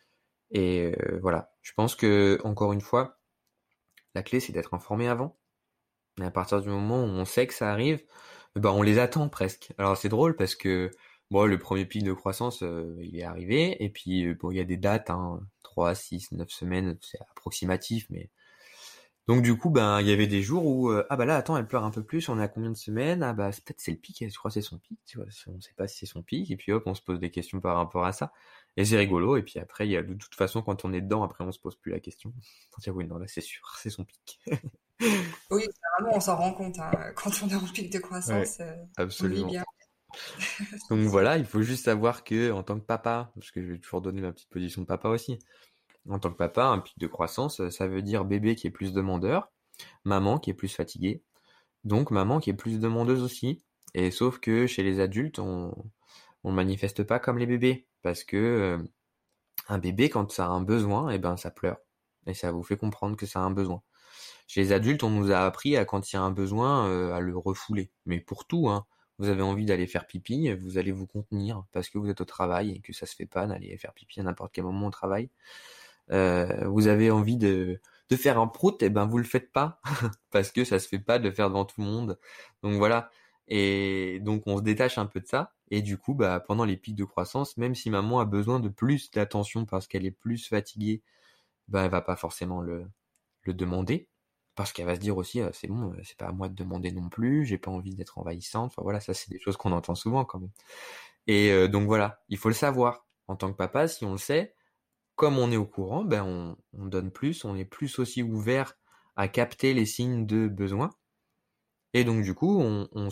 Et voilà. Je pense que encore une fois, la clé c'est d'être informé avant. Et à partir du moment où on sait que ça arrive, bah on les attend presque. Alors c'est drôle parce que bon, le premier pic de croissance, il est arrivé, et puis bon, il y a des dates, hein, 3, 6, 9 semaines, c'est approximatif, mais donc du coup, ben il y avait des jours où ah bah là attends, elle pleure un peu plus, on est à combien de semaines? Ah bah peut-être c'est le pic, je crois que c'est son pic, tu vois, on sait pas si c'est son pic, et puis hop, on se pose des questions par rapport à ça, et c'est rigolo, et puis après il y a de toute façon quand on est dedans, après on se pose plus la question. On se dit oui non là c'est sûr, c'est son pic. Oui, généralement, on s'en rend compte, hein. Quand on est en pic de Ouais, croissance, on le vit absolument. bien, c'est Donc sûr. voilà, il faut juste savoir que en tant que papa, parce que je vais toujours donner ma petite position de papa aussi, en tant que papa, un pic de croissance, ça veut dire bébé qui est plus demandeur, maman qui est plus fatiguée, donc maman qui est plus demandeuse aussi. Et sauf que chez les adultes, on manifeste pas comme les bébés, parce que un bébé quand ça a un besoin, eh ben ça pleure, et ça vous fait comprendre que ça a un besoin. Chez les adultes, on nous a appris à quand il y a un besoin à le refouler, mais pour tout, hein. Vous avez envie d'aller faire pipi, vous allez vous contenir parce que vous êtes au travail et que ça se fait pas d'aller faire pipi à n'importe quel moment au travail. Vous avez envie de faire un prout, et ben vous le faites pas parce que ça se fait pas de le faire devant tout le monde. Donc voilà. Et donc on se détache un peu de ça. Et du coup, bah pendant les pics de croissance, même si maman a besoin de plus d'attention parce qu'elle est plus fatiguée, bah elle va pas forcément le demander. Parce qu'elle va se dire aussi, c'est bon, c'est pas à moi de demander non plus, j'ai pas envie d'être envahissante. Enfin voilà, ça c'est des choses qu'on entend souvent quand même. Et donc voilà, il faut le savoir. En tant que papa, si on le sait, comme on est au courant, ben on donne plus, on est plus aussi ouvert à capter les signes de besoin. Et donc du coup,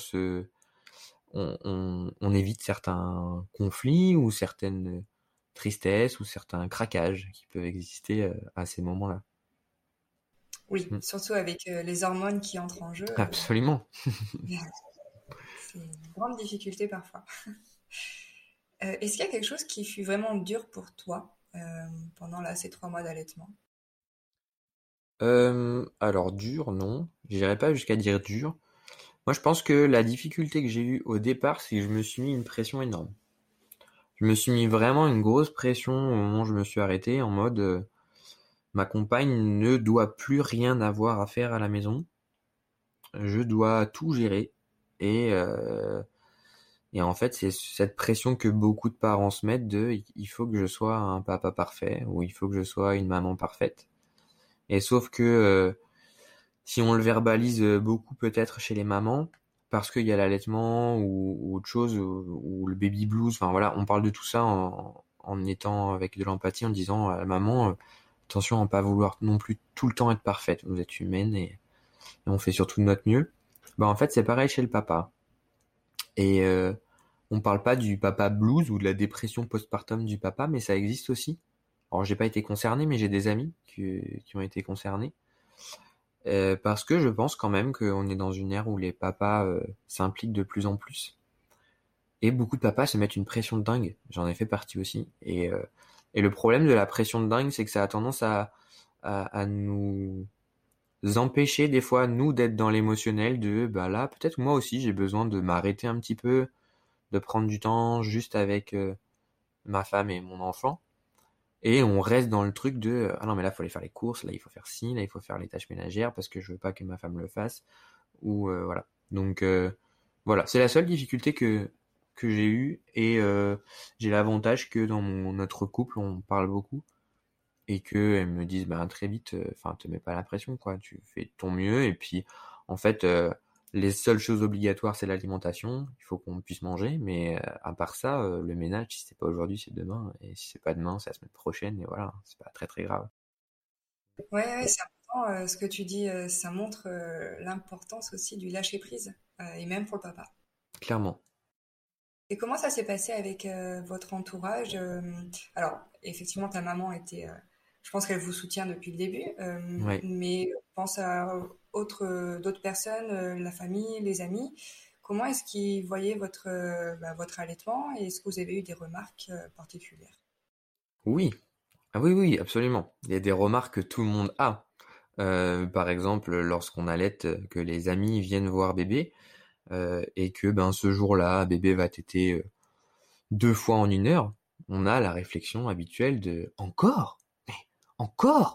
on évite certains conflits ou certaines tristesses ou certains craquages qui peuvent exister à ces moments-là. Oui, Mm. surtout avec les hormones qui entrent en jeu, Absolument. c'est une grande difficulté parfois. Est-ce qu'il y a quelque chose qui fut vraiment dur pour toi pendant là, ces 3 mois d'allaitement? Alors dur, non. J'irais pas jusqu'à dire dur. Moi, je pense que la difficulté que j'ai eue au départ, c'est que je me suis mis une pression énorme. Je me suis mis vraiment une grosse pression au moment où je me suis arrêté, en mode ma compagne ne doit plus rien avoir à faire à la maison. Je dois tout gérer. Et, euh, et en fait, c'est cette pression que beaucoup de parents se mettent de il faut que je sois un papa parfait ou il faut que je sois une maman parfaite. Et sauf que si on le verbalise beaucoup peut-être chez les mamans, parce qu'il y a l'allaitement ou autre chose, ou le baby blues, enfin voilà, on parle de tout ça en étant avec de l'empathie, en disant à la maman, attention à ne pas vouloir non plus tout le temps être parfaite, vous êtes humaine et on fait surtout de notre mieux. Bah en fait c'est pareil chez le papa. Et on parle pas du papa blues ou de la dépression postpartum du papa, mais ça existe aussi. Alors j'ai pas été concerné, mais j'ai des amis qui ont été concernés. Parce que je pense quand même qu'on est dans une ère où les papas s'impliquent de plus en plus. Et beaucoup de papas se mettent une pression de dingue. J'en ai fait partie aussi. Et le problème de la pression de dingue, c'est que ça a tendance à nous empêcher des fois, nous, d'être dans l'émotionnel de, bah là, peut-être moi aussi, j'ai besoin de m'arrêter un petit peu, de prendre du temps juste avec ma femme et mon enfant. Et on reste dans le truc de ah non mais là il faut aller faire les courses, là il faut faire ci, là il faut faire les tâches ménagères parce que je veux pas que ma femme le fasse ou voilà. Donc voilà, c'est la seule difficulté que j'ai eue et j'ai l'avantage que dans notre couple on parle beaucoup et que elles me disent bah très vite enfin te mets pas la pression quoi, tu fais de ton mieux et puis en fait les seules choses obligatoires c'est l'alimentation, il faut qu'on puisse manger mais à part ça le ménage si c'est pas aujourd'hui c'est demain et si c'est pas demain c'est la semaine prochaine et voilà, c'est pas très très grave. Ouais, ouais, c'est important ce que tu dis, ça montre l'importance aussi du lâcher prise, et même pour le papa. Clairement. Et comment ça s'est passé avec votre entourage? Alors, effectivement, ta maman était, je pense qu'elle vous soutient depuis le début, Ouais. mais pense à d'autres personnes, la famille, les amis. Comment est-ce qu'ils voyaient votre allaitement et est-ce que vous avez eu des remarques particulières? Oui. Ah oui, oui, absolument. Il y a des remarques que tout le monde a. Par exemple, lorsqu'on allait, que les amis viennent voir bébé, et que ben ce jour-là, bébé va téter 2 fois en 1 heure, on a la réflexion habituelle de encore? Mais encore?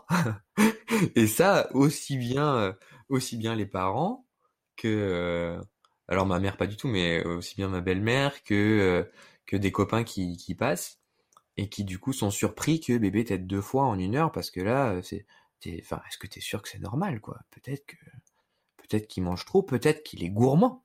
Et ça, aussi bien les parents que alors ma mère pas du tout, mais aussi bien ma belle-mère que des copains qui passent et qui du coup sont surpris que bébé tète 2 fois en 1 heure parce que là enfin est-ce que t'es sûr que c'est normal quoi? Peut-être qu'il mange trop, peut-être qu'il est gourmand.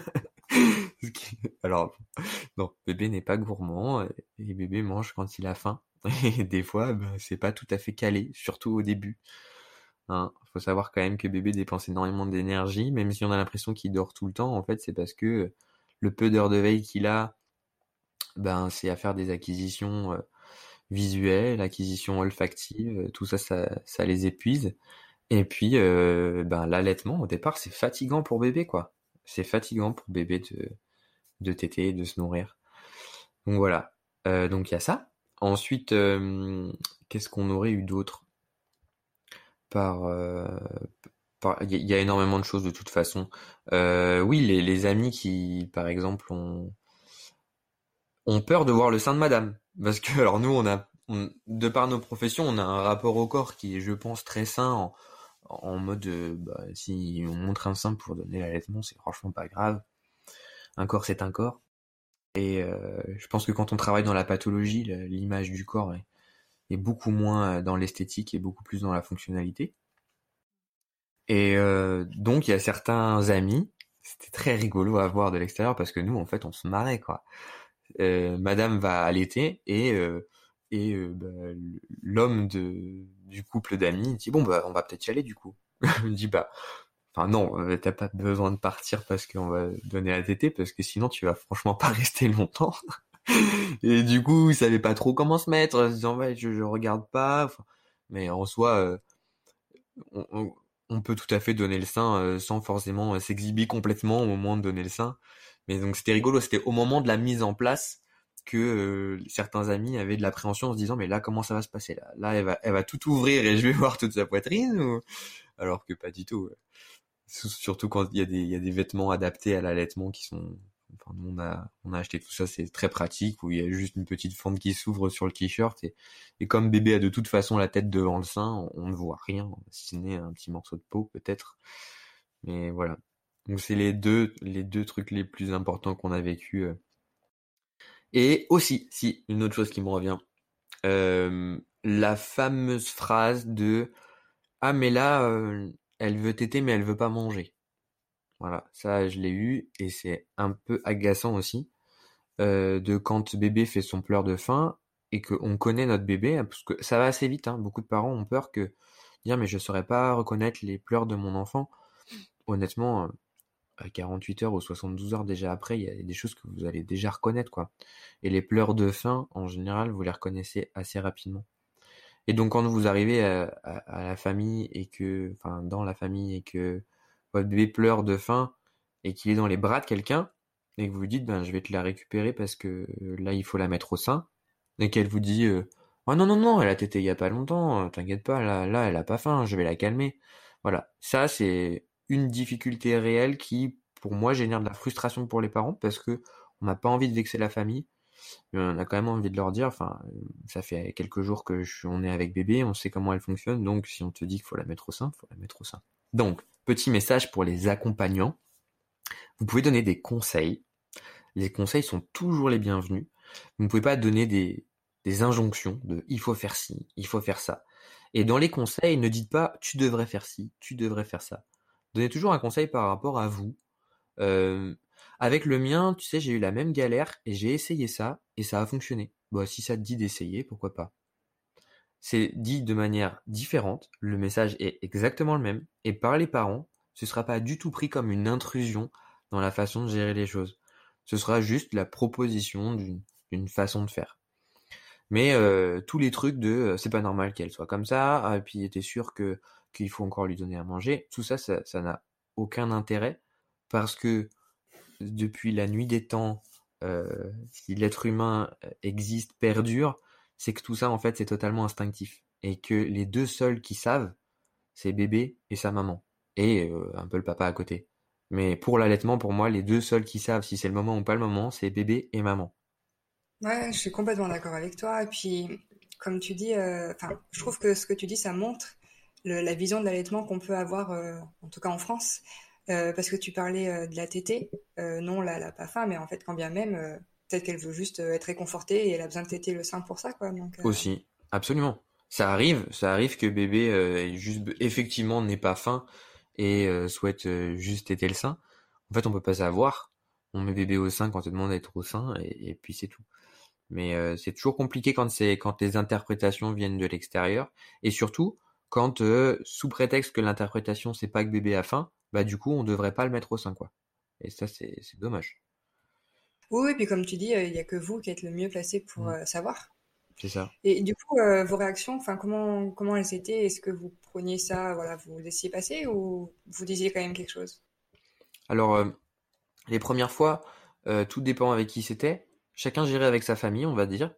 Alors non, bébé n'est pas gourmand et bébé mange quand il a faim. Et des fois, ben, c'est pas tout à fait calé, surtout au début. Hein. Faut savoir quand même que bébé dépense énormément d'énergie, même si on a l'impression qu'il dort tout le temps. En fait, c'est parce que le peu d'heures de veille qu'il a, ben c'est à faire des acquisitions visuelles, acquisitions olfactives, tout ça, ça les épuise. Et puis, ben l'allaitement au départ, c'est fatigant pour bébé, quoi. C'est fatigant pour bébé de téter, de se nourrir. Donc voilà. Donc il y a ça. Ensuite, qu'est-ce qu'on aurait eu d'autre par il y a énormément de choses de toute façon. Oui, les amis qui, par exemple, ont peur de voir le sein de madame. Parce que, alors nous, de par nos professions, on a un rapport au corps qui est, je pense, très sain en mode, bah, si on montre un sein pour donner l'allaitement, c'est franchement pas grave. Un corps, c'est un corps. Et je pense que quand on travaille dans la pathologie, l'image du corps est beaucoup moins dans l'esthétique et beaucoup plus dans la fonctionnalité. Et donc il y a certains amis, c'était très rigolo à voir de l'extérieur parce que nous en fait on se marrait quoi. Madame va allaiter et bah, l'homme du couple d'amis dit bon bah on va peut-être y aller du coup. Je me dis bah enfin non t'as pas besoin de partir parce qu'on va donner à téter parce que sinon tu vas franchement pas rester longtemps. Et du coup il savait pas trop comment se mettre, en se disant ouais je regarde pas. Enfin, mais en soi on, on- on peut tout à fait donner le sein sans forcément s'exhiber complètement au moment de donner le sein. Mais donc c'était rigolo, c'était au moment de la mise en place que certains amis avaient de l'appréhension en se disant mais là comment ça va se passer là elle va tout ouvrir et je vais voir toute sa poitrine ou alors que pas du tout. Surtout quand il y a des vêtements adaptés à l'allaitement qui sont, enfin, nous, on a acheté tout ça, c'est très pratique, où il y a juste une petite fente qui s'ouvre sur le t-shirt et comme bébé a de toute façon la tête devant le sein, on ne voit rien, si ce n'est un petit morceau de peau, peut-être. Mais voilà. Donc c'est les deux trucs les plus importants qu'on a vécu. Et aussi, si, une autre chose qui me revient, la fameuse phrase de ah mais là elle veut téter mais elle veut pas manger. Voilà, ça je l'ai eu et c'est un peu agaçant aussi de quand bébé fait son pleur de faim et qu'on connaît notre bébé, hein, parce que ça va assez vite, hein. Beaucoup de parents ont peur que dire mais je saurais pas reconnaître les pleurs de mon enfant. Honnêtement, à 48 heures ou 72 heures déjà après, il y a des choses que vous allez déjà reconnaître, quoi. Et les pleurs de faim, en général, vous les reconnaissez assez rapidement. Et donc quand vous arrivez à la famille et que, enfin, dans la famille et que votre bébé pleure de faim et qu'il est dans les bras de quelqu'un et que vous lui dites, ben, je vais te la récupérer parce que là, il faut la mettre au sein et qu'elle vous dit, oh non, non, non, elle a tété il y a pas longtemps, t'inquiète pas, là, elle a pas faim, je vais la calmer. Voilà. Ça, c'est une difficulté réelle qui, pour moi, génère de la frustration pour les parents parce que on n'a pas envie de vexer la famille mais on a quand même envie de leur dire, enfin, ça fait quelques jours que on est avec bébé, on sait comment elle fonctionne, donc si on te dit qu'il faut la mettre au sein, faut la mettre au sein. Donc, petit message pour les accompagnants, vous pouvez donner des conseils. Les conseils sont toujours les bienvenus. Vous ne pouvez pas donner des injonctions de il faut faire ci, il faut faire ça. Et dans les conseils, ne dites pas tu devrais faire ci, tu devrais faire ça. Donnez toujours un conseil par rapport à vous. Euh, Avec le mien, tu sais, j'ai eu la même galère et j'ai essayé ça et ça a fonctionné. Bon, si ça te dit d'essayer, pourquoi pas. C'est dit de manière différente, le message est exactement le même et par les parents, ce sera pas du tout pris comme une intrusion dans la façon de gérer les choses. Ce sera juste la proposition d'une façon de faire. Mais tous les trucs de c'est pas normal qu'elle soit comme ça, et puis t'es sûr que qu'il faut encore lui donner à manger, tout ça, ça n'a aucun intérêt parce que depuis la nuit des temps, si l'être humain existe, perdure, c'est que tout ça en fait c'est totalement instinctif et que les deux seuls qui savent, c'est bébé et sa maman et un peu le papa à côté. Mais pour l'allaitement, pour moi, les deux seuls qui savent si c'est le moment ou pas le moment, c'est bébé et maman. Ouais, je suis complètement d'accord avec toi. Et puis, comme tu dis, enfin, je trouve que ce que tu dis, ça montre la vision de l'allaitement qu'on peut avoir, en tout cas en France. Parce que tu parlais de la tétée. Non, là, elle a pas faim, mais en fait, quand bien même, peut-être qu'elle veut juste être réconfortée et elle a besoin de téter le sein pour ça, quoi. Donc, Aussi, absolument. Ça arrive que bébé effectivement n'ait pas faim et souhaite juste téter le sein. En fait, on peut pas savoir. On met bébé au sein quand on demande d'être au sein et puis c'est tout. Mais c'est toujours compliqué quand les interprétations viennent de l'extérieur et surtout quand sous prétexte que l'interprétation c'est pas que bébé a faim, bah du coup on devrait pas le mettre au sein quoi. Et ça c'est dommage. oui, oui, puis comme tu dis, il y a que vous qui êtes le mieux placé pour Mm, savoir. c'est ça. Et du coup, vos réactions, enfin, comment elles étaient? Est-ce que vous preniez ça, voilà, vous laissiez passer ou vous disiez quand même quelque chose? Alors les premières fois, tout dépend avec qui c'était. Chacun gérait avec sa famille, on va dire.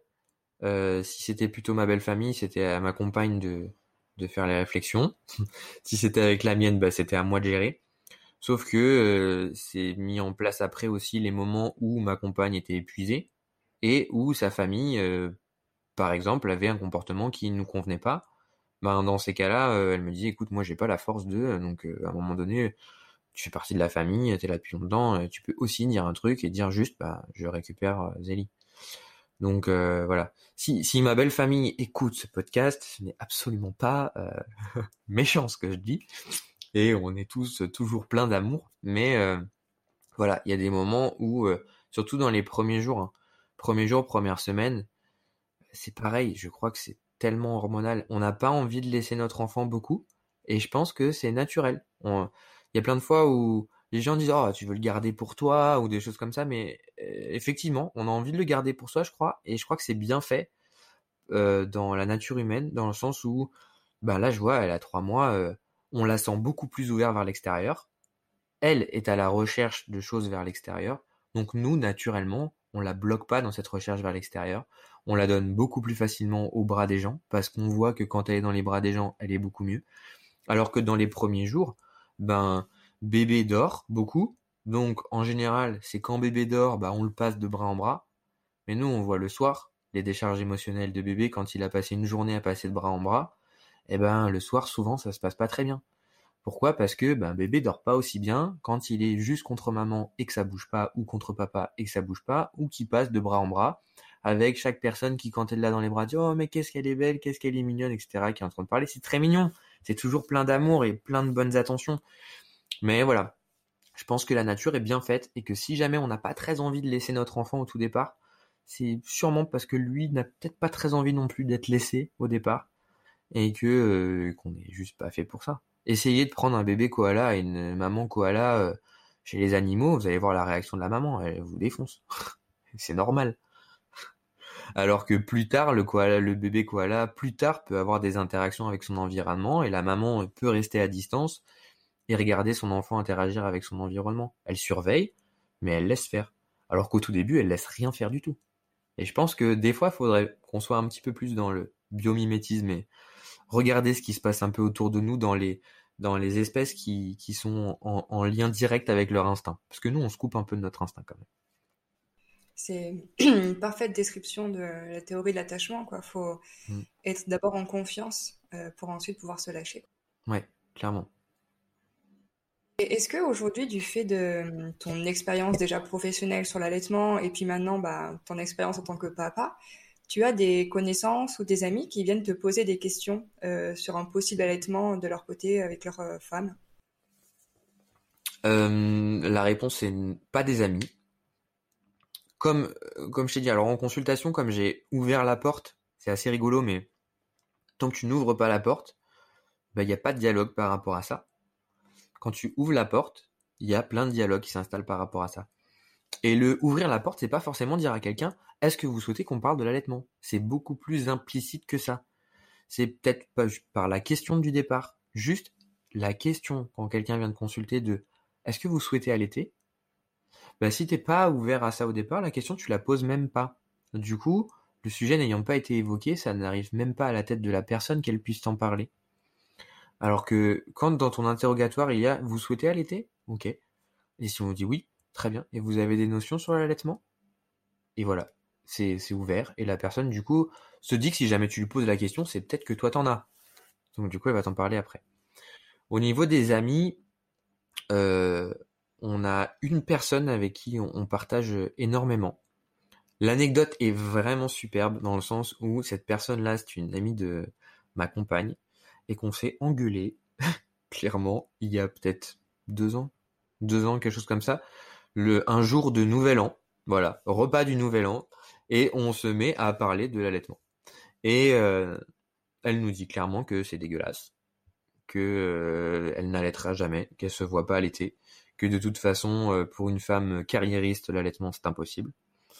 Si c'était plutôt ma belle famille, c'était à ma compagne de faire les réflexions. Si c'était avec la mienne, bah c'était à moi de gérer. Sauf que c'est mis en place après aussi les moments où ma compagne était épuisée et où sa famille, par exemple, avait un comportement qui ne nous convenait pas. Ben dans ces cas-là, elle me dit, écoute, moi j'ai pas la force de, donc à un moment donné, tu fais partie de la famille, t'es là depuis longtemps, tu peux aussi dire un truc et dire juste, bah je récupère Zélie. Donc voilà. Si ma belle famille écoute ce podcast, ce n'est absolument pas méchant ce que je dis et on est tous toujours pleins d'amour, mais voilà, il y a des moments où, surtout dans les premiers jours, hein, premiers jours, première semaine, c'est pareil, je crois que c'est tellement hormonal. On n'a pas envie de laisser notre enfant beaucoup, et je pense que c'est naturel. Il y a plein de fois où les gens disent, oh, tu veux le garder pour toi, ou des choses comme ça, mais effectivement, on a envie de le garder pour soi, je crois, et je crois que c'est bien fait dans la nature humaine, dans le sens où, bah là, je vois, elle a 3 mois, on la sent beaucoup plus ouverte vers l'extérieur, elle est à la recherche de choses vers l'extérieur. Donc nous, naturellement, on la bloque pas dans cette recherche vers l'extérieur. On la donne beaucoup plus facilement aux bras des gens parce qu'on voit que quand elle est dans les bras des gens, elle est beaucoup mieux. Alors que dans les premiers jours, ben bébé dort beaucoup, donc en général, c'est quand bébé dort, bah on le passe de bras en bras. Mais nous, on voit le soir les décharges émotionnelles de bébé quand il a passé une journée à passer de bras en bras. Et ben le soir, souvent, ça se passe pas très bien. Pourquoi? Parce que ben bébé dort pas aussi bien quand il est juste contre maman et que ça bouge pas, ou contre papa et que ça bouge pas, ou qu'il passe de bras en bras, avec chaque personne qui, quand elle l'a dans les bras, dit oh mais qu'est-ce qu'elle est belle, qu'est-ce qu'elle est mignonne, etc., qui est en train de parler. C'est très mignon. C'est toujours plein d'amour et plein de bonnes attentions. Mais voilà, je pense que la nature est bien faite et que si jamais on n'a pas très envie de laisser notre enfant au tout départ, c'est sûrement parce que lui n'a peut-être pas très envie non plus d'être laissé au départ et que qu'on n'est juste pas fait pour ça. Essayez de prendre un bébé koala et une maman koala chez les animaux, vous allez voir la réaction de la maman, elle vous défonce. C'est normal. Alors que plus tard, le koala, le bébé koala, plus tard peut avoir des interactions avec son environnement et la maman peut rester à distance et regarder son enfant interagir avec son environnement. Elle surveille, mais elle laisse faire. Alors qu'au tout début, elle laisse rien faire du tout. Et je pense que des fois, il faudrait qu'on soit un petit peu plus dans le biomimétisme et regarder ce qui se passe un peu autour de nous dans les espèces qui sont en lien direct avec leur instinct. Parce que nous, on se coupe un peu de notre instinct quand même. C'est une parfaite description de la théorie de l'attachement, quoi. Faut Mm. être d'abord en confiance pour ensuite pouvoir se lâcher. Ouais, clairement. Et est-ce que aujourd'hui, du fait de ton expérience déjà professionnelle sur l'allaitement et puis maintenant bah, ton expérience en tant que papa, tu as des connaissances ou des amis qui viennent te poser des questions sur un possible allaitement de leur côté avec leur femme? La réponse est pas des amis. Comme je t'ai dit, alors en consultation, comme j'ai ouvert la porte, c'est assez rigolo, mais tant que tu n'ouvres pas la porte, bah, il n'y a pas de dialogue par rapport à ça. Quand tu ouvres la porte, il y a plein de dialogues qui s'installent par rapport à ça. Et le ouvrir la porte, c'est pas forcément dire à quelqu'un, est-ce que vous souhaitez qu'on parle de l'allaitement? C'est beaucoup plus implicite que ça. C'est peut-être pas par la question du départ. Juste la question, quand quelqu'un vient de consulter de, est-ce que vous souhaitez allaiter? Bah, si t'es pas ouvert à ça au départ, la question, tu la poses même pas. Du coup, le sujet n'ayant pas été évoqué, ça n'arrive même pas à la tête de la personne qu'elle puisse t'en parler. Alors que quand dans ton interrogatoire, il y a vous souhaitez allaiter? Ok. Et si on vous dit oui, très bien. Et vous avez des notions sur l'allaitement? Et voilà. C'est ouvert. Et la personne, du coup, se dit que si jamais tu lui poses la question, c'est peut-être que toi t'en as. Donc du coup, elle va t'en parler après. Au niveau des amis, euh, on a une personne avec qui on partage énormément. L'anecdote est vraiment superbe dans le sens où cette personne-là, c'est une amie de ma compagne et qu'on s'est engueulé clairement il y a peut-être 2 ans, 2 ans, quelque chose comme ça, un jour de Nouvel An, voilà, repas du Nouvel An, et on se met à parler de l'allaitement. Et elle nous dit clairement que c'est dégueulasse, que elle n'allaitera jamais, qu'elle se voit pas allaiter, que de toute façon, pour une femme carriériste, l'allaitement c'est impossible.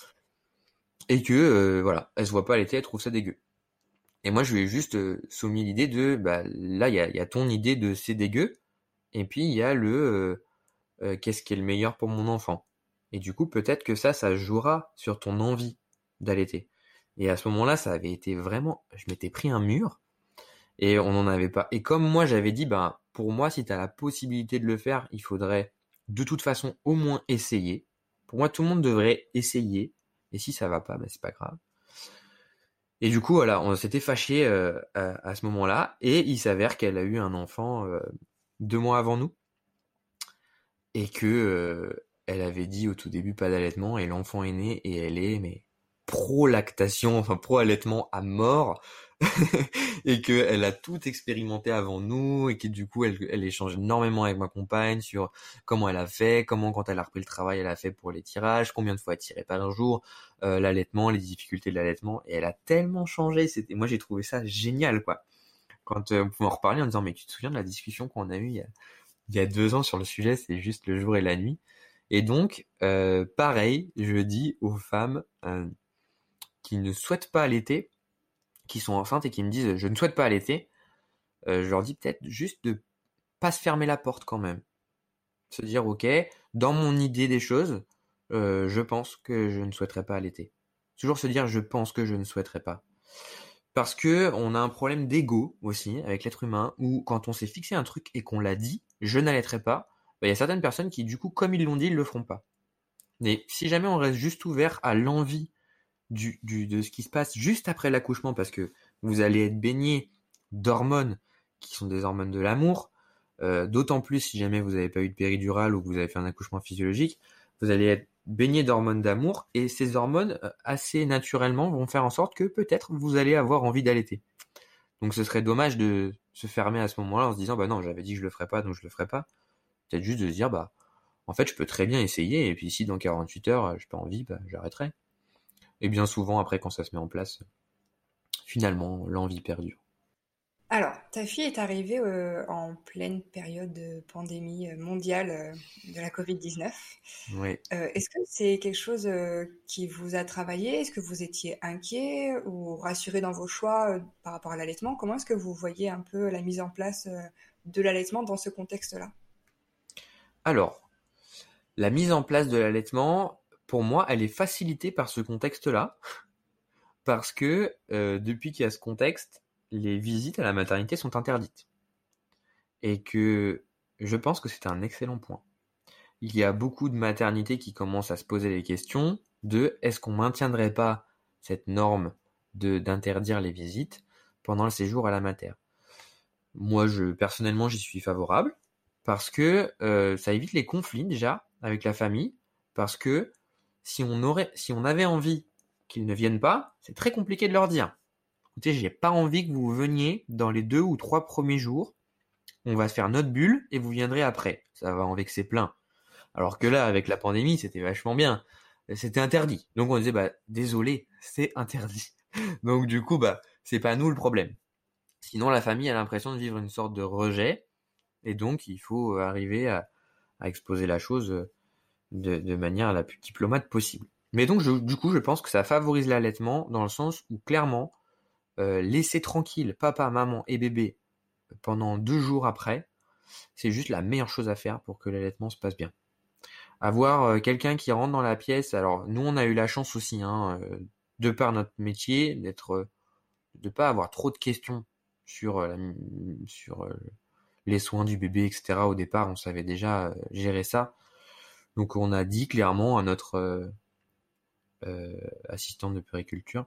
Et que voilà, elle se voit pas allaiter, elle trouve ça dégueu. Et moi je lui ai juste soumis l'idée de bah là il y a ton idée de c'est dégueu et puis il y a le qu'est-ce qui est le meilleur pour mon enfant. Et du coup peut-être que ça jouera sur ton envie d'allaiter. Et à ce moment-là, ça avait été vraiment je m'étais pris un mur et on n'en avait pas. Et comme moi j'avais dit bah pour moi si tu as la possibilité de le faire, il faudrait de toute façon au moins essayer. Pour moi tout le monde devrait essayer et si ça va pas, bah c'est pas grave. Et du coup, voilà, on s'était fâchés à ce moment-là, et il s'avère qu'elle a eu un enfant 2 mois avant nous, et que elle avait dit au tout début pas d'allaitement, et l'enfant est né, et elle est mais pro-lactation, enfin pro-allaitement à mort, et que elle a tout expérimenté avant nous, et que du coup elle échange énormément avec ma compagne sur comment elle a fait, comment quand elle a repris le travail elle a fait pour les tirages, combien de fois elle tirait par jour, l'allaitement, les difficultés de l'allaitement, et elle a tellement changé, moi j'ai trouvé ça génial quoi. Quand on pouvait en reparler en disant mais tu te souviens de la discussion qu'on a eue il y a 2 ans sur le sujet, c'est juste le jour et la nuit. Et donc pareil, je dis aux femmes qui ne souhaitent pas allaiter, qui sont enceintes et qui me disent je ne souhaite pas allaiter, je leur dis peut-être juste de pas se fermer la porte quand même. Se dire ok, dans mon idée des choses, je pense que je ne souhaiterais pas allaiter. Toujours se dire je pense que je ne souhaiterais pas. Parce que on a un problème d'ego aussi avec l'être humain où quand on s'est fixé un truc et qu'on l'a dit, je n'allaiterai pas, bah, il y a certaines personnes qui, du coup, comme ils l'ont dit, ils le feront pas. Mais si jamais on reste juste ouvert à l'envie de ce qui se passe juste après l'accouchement, parce que vous allez être baigné d'hormones qui sont des hormones de l'amour, d'autant plus si jamais vous n'avez pas eu de péridurale ou que vous avez fait un accouchement physiologique, vous allez être baigné d'hormones d'amour, et ces hormones, assez naturellement, vont faire en sorte que peut-être vous allez avoir envie d'allaiter. Donc ce serait dommage de se fermer à ce moment-là en se disant, bah non, j'avais dit que je le ferais pas, donc je le ferai pas. Peut-être juste de se dire, bah, en fait, je peux très bien essayer, et puis si dans 48 heures, j'ai pas envie, bah, j'arrêterai. Et bien souvent, après, quand ça se met en place, finalement, l'envie perdure. Alors, ta fille est arrivée en pleine période de pandémie mondiale de la Covid-19. Oui. Est-ce que c'est quelque chose qui vous a travaillé? Est-ce que vous étiez inquiet ou rassuré dans vos choix par rapport à l'allaitement? Comment est-ce que vous voyez un peu la mise en place de l'allaitement dans ce contexte-là? Alors, la mise en place de l'allaitement, pour moi, elle est facilitée par ce contexte-là, parce que depuis qu'il y a ce contexte, les visites à la maternité sont interdites. Et que je pense que c'est un excellent point. Il y a beaucoup de maternités qui commencent à se poser les questions de est-ce qu'on maintiendrait pas cette norme d'interdire les visites pendant le séjour à la mater. Moi, personnellement, j'y suis favorable parce que ça évite les conflits déjà avec la famille, parce que si on avait envie qu'ils ne viennent pas, c'est très compliqué de leur dire. Écoutez, j'ai pas envie que vous veniez dans les 2 ou 3 premiers jours. On va se faire notre bulle et vous viendrez après. Ça va en vexer plein. Alors que là, avec la pandémie, c'était vachement bien. C'était interdit. Donc on disait, bah, désolé, c'est interdit. Donc du coup, bah, c'est pas nous le problème. Sinon, la famille a l'impression de vivre une sorte de rejet, et donc il faut arriver à exposer la chose de manière la plus diplomate possible. Mais donc, du coup, je pense que ça favorise l'allaitement dans le sens où clairement, laisser tranquille papa, maman et bébé pendant 2 jours après, c'est juste la meilleure chose à faire pour que l'allaitement se passe bien. Avoir quelqu'un qui rentre dans la pièce, alors nous on a eu la chance aussi, hein, de par notre métier, de pas avoir trop de questions sur, sur les soins du bébé, etc. Au départ, on savait déjà gérer ça. Donc on a dit clairement à notre assistante de puériculture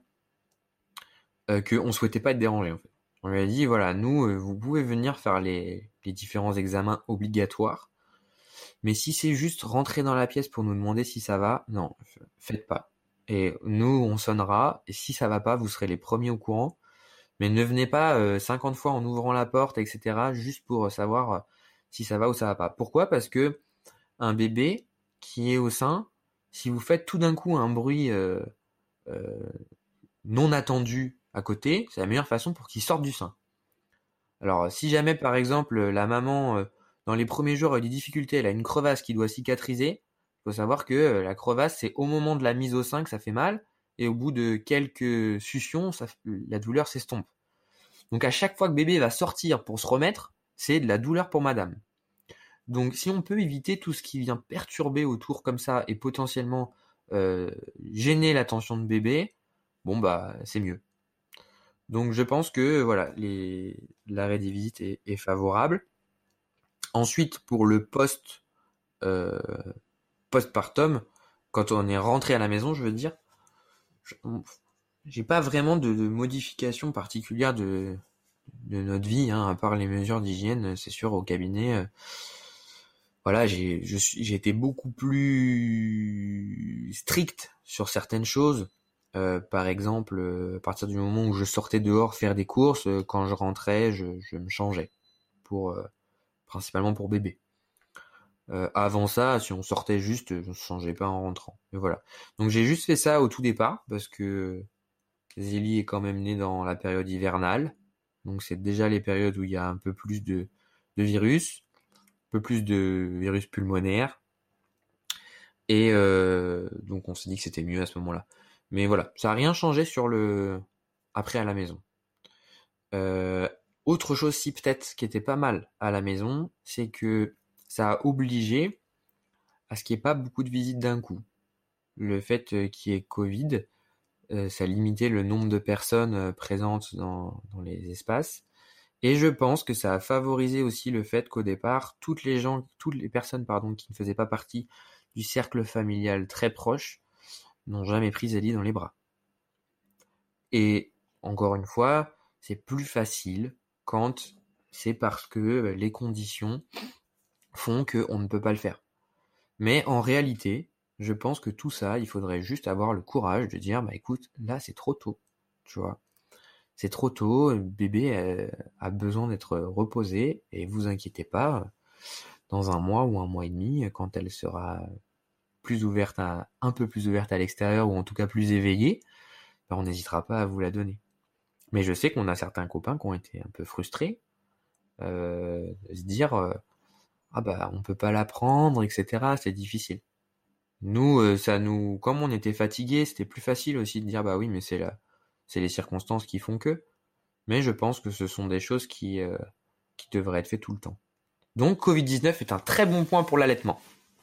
qu'on souhaitait pas être dérangé en fait. On lui a dit voilà, nous vous pouvez venir faire les différents examens obligatoires, mais si c'est juste rentrer dans la pièce pour nous demander si ça va, non, faites pas. Et nous on sonnera, et si ça va pas, vous serez les premiers au courant. Mais ne venez pas 50 fois en ouvrant la porte, etc. juste pour savoir si ça va ou ça va pas. Pourquoi? Parce que un bébé qui est au sein, si vous faites tout d'un coup un bruit euh, non attendu à côté, c'est la meilleure façon pour qu'il sorte du sein. Alors, si jamais, par exemple, la maman, dans les premiers jours, a eu des difficultés, elle a une crevasse qui doit cicatriser, il faut savoir que la crevasse, c'est au moment de la mise au sein que ça fait mal, et au bout de quelques suctions, la douleur s'estompe. Donc, à chaque fois que bébé va sortir pour se remettre, c'est de la douleur pour madame. Donc, si on peut éviter tout ce qui vient perturber autour comme ça et potentiellement gêner l'attention de bébé, bon bah c'est mieux. Donc je pense que voilà, l'arrêt des visites est favorable. Ensuite, pour le euh, postpartum, quand on est rentré à la maison, je veux dire, je- j'ai pas vraiment de modification particulière de notre vie, hein, à part les mesures d'hygiène, c'est sûr, au cabinet. Voilà, j'ai été beaucoup plus strict sur certaines choses. Par exemple, à partir du moment où je sortais dehors faire des courses, quand je rentrais, je me changeais pour principalement pour bébé. Avant ça, si on sortait juste, je ne changeais pas en rentrant. Et voilà. Donc j'ai juste fait ça au tout départ parce que Zélie est quand même née dans la période hivernale. Donc c'est déjà les périodes où il y a un peu plus de virus, un peu plus de virus pulmonaire. Et donc on s'est dit que c'était mieux à ce moment-là. Mais voilà, ça a rien changé sur le après à la maison. Euh, Autre chose si peut-être qui était pas mal à la maison, c'est que ça a obligé à ce qu'il n'y ait pas beaucoup de visites d'un coup. Le fait qu'il y ait Covid, ça limitait le nombre de personnes présentes dans les espaces. Et je pense que ça a favorisé aussi le fait qu'au départ, toutes les personnes, pardon, qui ne faisaient pas partie du cercle familial très proche, n'ont jamais pris Zélie dans les bras. Et encore une fois, c'est plus facile quand c'est parce que les conditions font qu'on ne peut pas le faire. Mais en réalité, je pense que tout ça, il faudrait juste avoir le courage de dire, bah écoute, là c'est trop tôt, tu vois. C'est trop tôt, le bébé a besoin d'être reposé, et vous inquiétez pas, dans un mois ou un mois et demi, quand elle sera un peu plus ouverte à l'extérieur, ou en tout cas plus éveillée, ben, on n'hésitera pas à vous la donner. Mais je sais qu'on a certains copains qui ont été un peu frustrés, de se dire, ah bah on peut pas la prendre, etc. C'est difficile. Nous, comme on était fatigués, c'était plus facile aussi de dire, bah oui, mais c'est les circonstances qui font que. Mais je pense que ce sont des choses qui devraient être faites tout le temps. Donc, Covid-19 est un très bon point pour l'allaitement.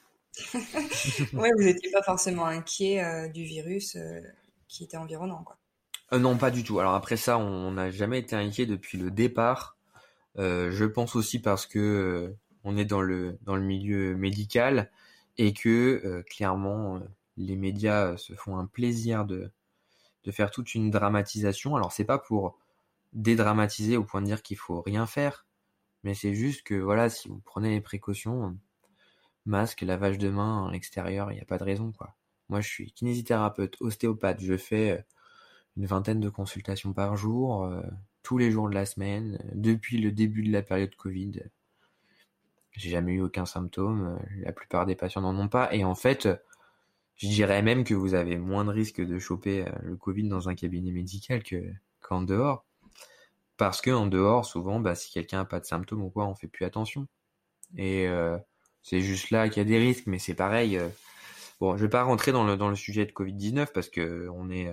Ouais, vous n'étiez pas forcément inquiet du virus qui était environnant, quoi. Non, pas du tout. Alors après ça, on n'a jamais été inquiet depuis le départ. Je pense aussi parce que on est dans le milieu médical, et que clairement les médias se font un plaisir de faire toute une dramatisation. Alors c'est pas pour dédramatiser au point de dire qu'il faut rien faire, mais c'est juste que voilà, si vous prenez les précautions, masque, lavage de mains à l'extérieur, il n'y a pas de raison, quoi. Moi, je suis kinésithérapeute, ostéopathe, je fais une vingtaine de consultations par jour, tous les jours de la semaine, depuis le début de la période Covid. J'ai jamais eu aucun symptôme, la plupart des patients n'en ont pas, et en fait, je dirais même que vous avez moins de risques de choper le Covid dans un cabinet médical qu'en dehors. Parce que en dehors, souvent, bah, si quelqu'un n'a pas de symptômes ou quoi, on fait plus attention. Et c'est juste là qu'il y a des risques, mais c'est pareil. Bon, je vais pas rentrer dans le sujet de Covid-19 parce que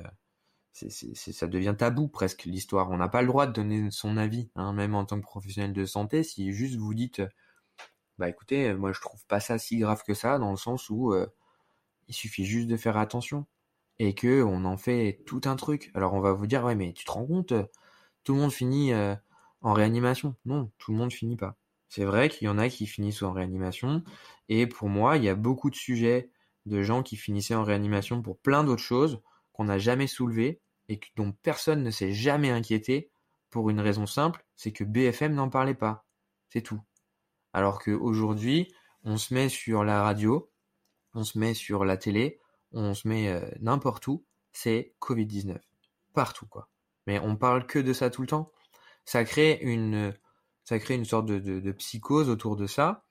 ça devient tabou presque l'histoire. On n'a pas le droit de donner son avis, hein, même en tant que professionnel de santé. Si juste vous dites, bah écoutez, moi je trouve pas ça si grave que ça, dans le sens où il suffit juste de faire attention, et que on en fait tout un truc. Alors on va vous dire, ouais, mais tu te rends compte, tout le monde finit en réanimation. Non, tout le monde finit pas. C'est vrai qu'il y en a qui finissent en réanimation, et pour moi, il y a beaucoup de sujets de gens qui finissaient en réanimation pour plein d'autres choses qu'on n'a jamais soulevées, et dont personne ne s'est jamais inquiété, pour une raison simple, c'est que BFM n'en parlait pas. C'est tout. Alors qu'aujourd'hui, on se met sur la radio, on se met sur la télé, on se met n'importe où, c'est Covid-19. Partout, quoi. Mais on parle que de ça tout le temps. Ça crée une sorte de psychose autour de ça,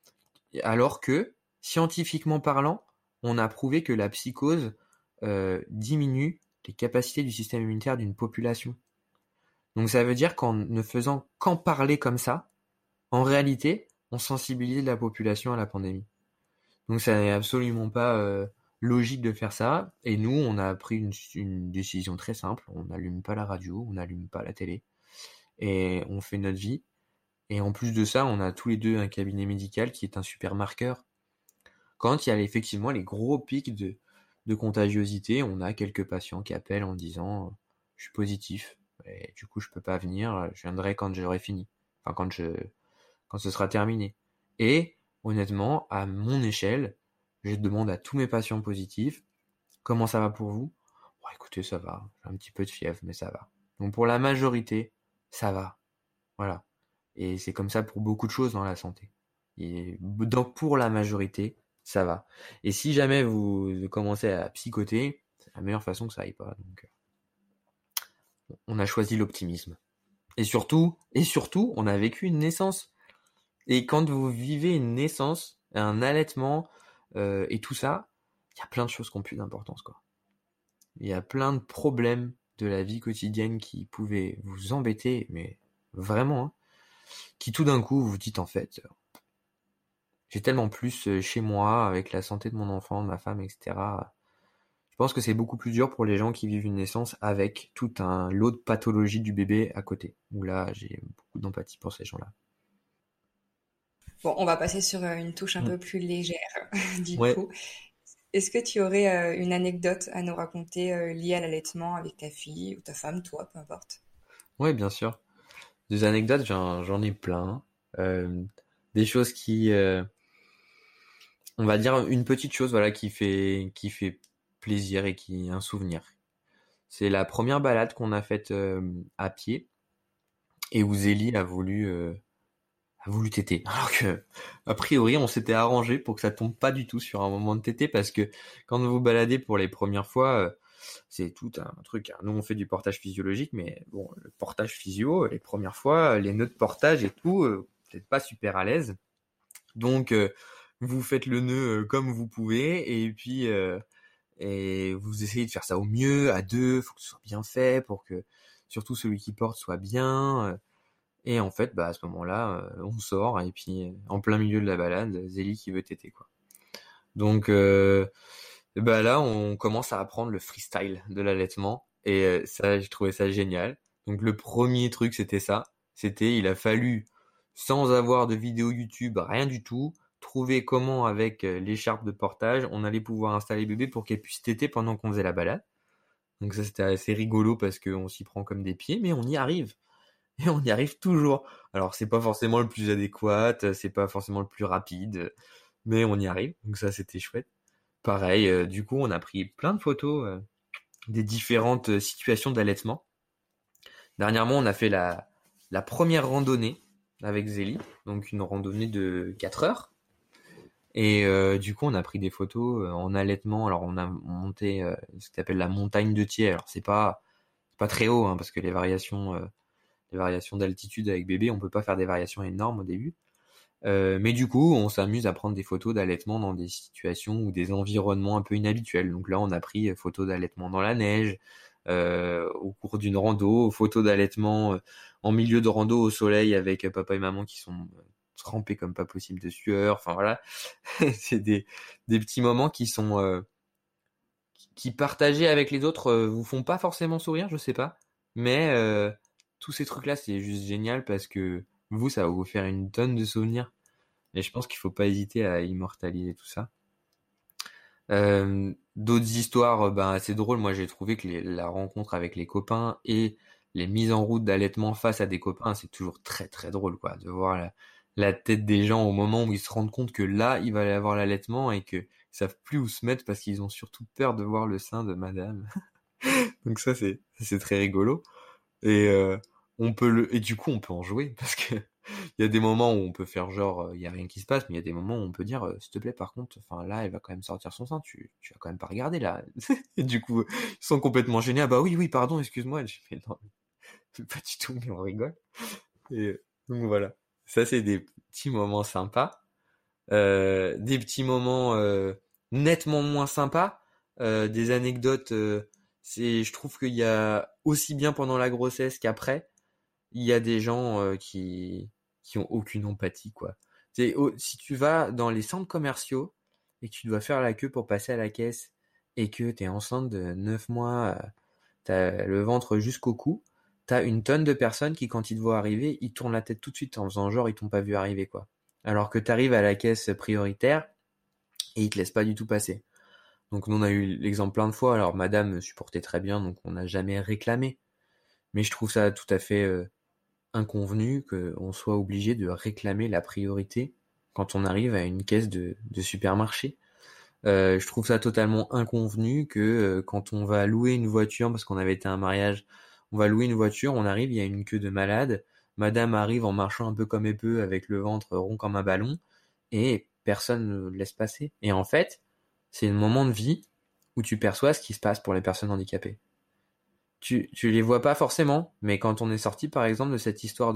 alors que, scientifiquement parlant, on a prouvé que la psychose diminue les capacités du système immunitaire d'une population. Donc ça veut dire qu'en ne faisant qu'en parler comme ça, en réalité, on sensibilise la population à la pandémie. Donc ça n'est absolument pas logique de faire ça. Et nous, on a pris une décision très simple. On n'allume pas la radio, on n'allume pas la télé, et on fait notre vie. Et en plus de ça, on a tous les deux un cabinet médical qui est un super marqueur. Quand il y a effectivement les gros pics de contagiosité, on a quelques patients qui appellent en disant je suis positif, et du coup je peux pas venir, je viendrai quand j'aurai fini. Enfin quand ce sera terminé. Et honnêtement, à mon échelle, je demande à tous mes patients positifs, comment ça va pour vous? Bon, écoutez, ça va, j'ai un petit peu de fièvre, mais ça va. Donc pour la majorité, ça va. Voilà. Et c'est comme ça pour beaucoup de choses dans la santé. Et pour la majorité, ça va. Et si jamais vous commencez à psychoter, c'est la meilleure façon que ça aille pas. Donc, on a choisi l'optimisme. Et surtout, on a vécu une naissance. Et quand vous vivez une naissance, un allaitement et tout ça, il y a plein de choses qui ont plus d'importance, quoi. Il y a plein de problèmes de la vie quotidienne qui pouvaient vous embêter, mais vraiment, hein, qui tout d'un coup vous dites en fait, j'ai tellement plus chez moi avec la santé de mon enfant, de ma femme, etc. Je pense que c'est beaucoup plus dur pour les gens qui vivent une naissance avec tout un lot de pathologies du bébé à côté. Où là, j'ai beaucoup d'empathie pour ces gens-là. Bon, on va passer sur une touche un Mm. peu plus légère, du Ouais, coup. Est-ce que tu aurais une anecdote à nous raconter liée à l'allaitement avec ta fille ou ta femme, toi, peu importe? ouais, bien sûr. Des anecdotes, j'en ai plein. Euh, des choses on va dire une petite chose, voilà, qui fait plaisir et qui est un souvenir. C'est la première balade qu'on a faite à pied et où Zélie a voulu téter. Alors que, a priori, on s'était arrangé pour que ça tombe pas du tout sur un moment de téter parce que quand vous baladez pour les premières fois, c'est tout un truc, hein. Nous, on fait du portage physiologique, mais bon, le portage physio, les premières fois, les nœuds de portage et tout, vous n'êtes pas super à l'aise. Donc, vous faites le nœud comme vous pouvez et puis et vous essayez de faire ça au mieux à deux. Faut que ce soit bien fait pour que surtout celui qui porte soit bien. Et en fait, bah à ce moment-là, on sort et puis en plein milieu de la balade, Zélie qui veut téter quoi. Donc bah là, on commence à apprendre le freestyle de l'allaitement et ça, j'ai trouvé ça génial. Donc le premier truc, c'était ça. C'était, il a fallu, sans avoir de vidéo YouTube, rien du tout, trouver comment avec l'écharpe de portage, on allait pouvoir installer bébé pour qu'elle puisse téter pendant qu'on faisait la balade. Donc ça, c'était assez rigolo parce qu'on s'y prend comme des pieds, mais on y arrive. Et on y arrive toujours. Alors c'est pas forcément le plus adéquat, c'est pas forcément le plus rapide, mais on y arrive. Donc ça, c'était chouette. Pareil, du coup, on a pris plein de photos des différentes situations d'allaitement. Dernièrement, on a fait la première randonnée avec Zélie, donc une randonnée de 4 heures. Et du coup, on a pris des photos en allaitement. Alors, on a monté ce qu'on appelle la montagne de Thiers. Alors, c'est pas très haut, hein, parce que les variations d'altitude avec bébé, on peut pas faire des variations énormes au début. Mais du coup, on s'amuse à prendre des photos d'allaitement dans des situations ou des environnements un peu inhabituels. Donc là, on a pris photos d'allaitement dans la neige, au cours d'une rando, photos d'allaitement en milieu de rando au soleil avec papa et maman qui sont trempés comme pas possible de sueur. Enfin voilà, c'est des petits moments qui partagés avec les autres vous font pas forcément sourire, je sais pas, mais tous ces trucs-là, c'est juste génial parce que vous, ça va vous faire une tonne de souvenirs. Et je pense qu'il faut pas hésiter à immortaliser tout ça. D'autres histoires, ben, assez drôles. Moi, j'ai trouvé que la rencontre avec les copains et les mises en route d'allaitement face à des copains, c'est toujours très très drôle, quoi, de voir la tête des gens au moment où ils se rendent compte que là, il va y avoir l'allaitement et que ils savent plus où se mettre parce qu'ils ont surtout peur de voir le sein de madame. Donc ça, c'est très rigolo. Et et du coup, on peut en jouer parce que il y a des moments où on peut faire genre il y a rien qui se passe, mais il y a des moments où on peut dire s'il te plaît, par contre, enfin là, elle va quand même sortir son sein, tu vas quand même pas regarder là. Et du coup, ils sont complètement gênés. Ah bah oui, oui, pardon, excuse-moi. J'ai fait non, pas du tout, mais on rigole. Et donc voilà. Ça, c'est des petits moments sympas. Des petits moments nettement moins sympas, des anecdotes. Je trouve qu'il y a aussi bien pendant la grossesse qu'après, il y a des gens qui ont aucune empathie, quoi. Si tu vas dans les centres commerciaux et que tu dois faire la queue pour passer à la caisse et que t'es enceinte de 9 mois, t'as le ventre jusqu'au cou, t'as une tonne de personnes qui, quand ils te voient arriver, ils tournent la tête tout de suite en faisant genre ils t'ont pas vu arriver, quoi. Alors que t'arrives à la caisse prioritaire et ils te laissent pas du tout passer. Donc nous on a eu l'exemple plein de fois. Alors madame supportait très bien, donc on n'a jamais réclamé. Mais je trouve ça tout à fait inconvenu qu'on soit obligé de réclamer la priorité quand on arrive à une caisse de supermarché. Je trouve ça totalement inconvenu que quand on va louer une voiture, parce qu'on avait été à un mariage, on va louer une voiture, on arrive, il y a une queue de malade, madame arrive en marchant un peu comme elle peut, avec le ventre rond comme un ballon, et personne ne le laisse passer. Et en fait, c'est un moment de vie où tu perçois ce qui se passe pour les personnes handicapées. Tu les vois pas forcément, mais quand on est sorti par exemple de cette histoire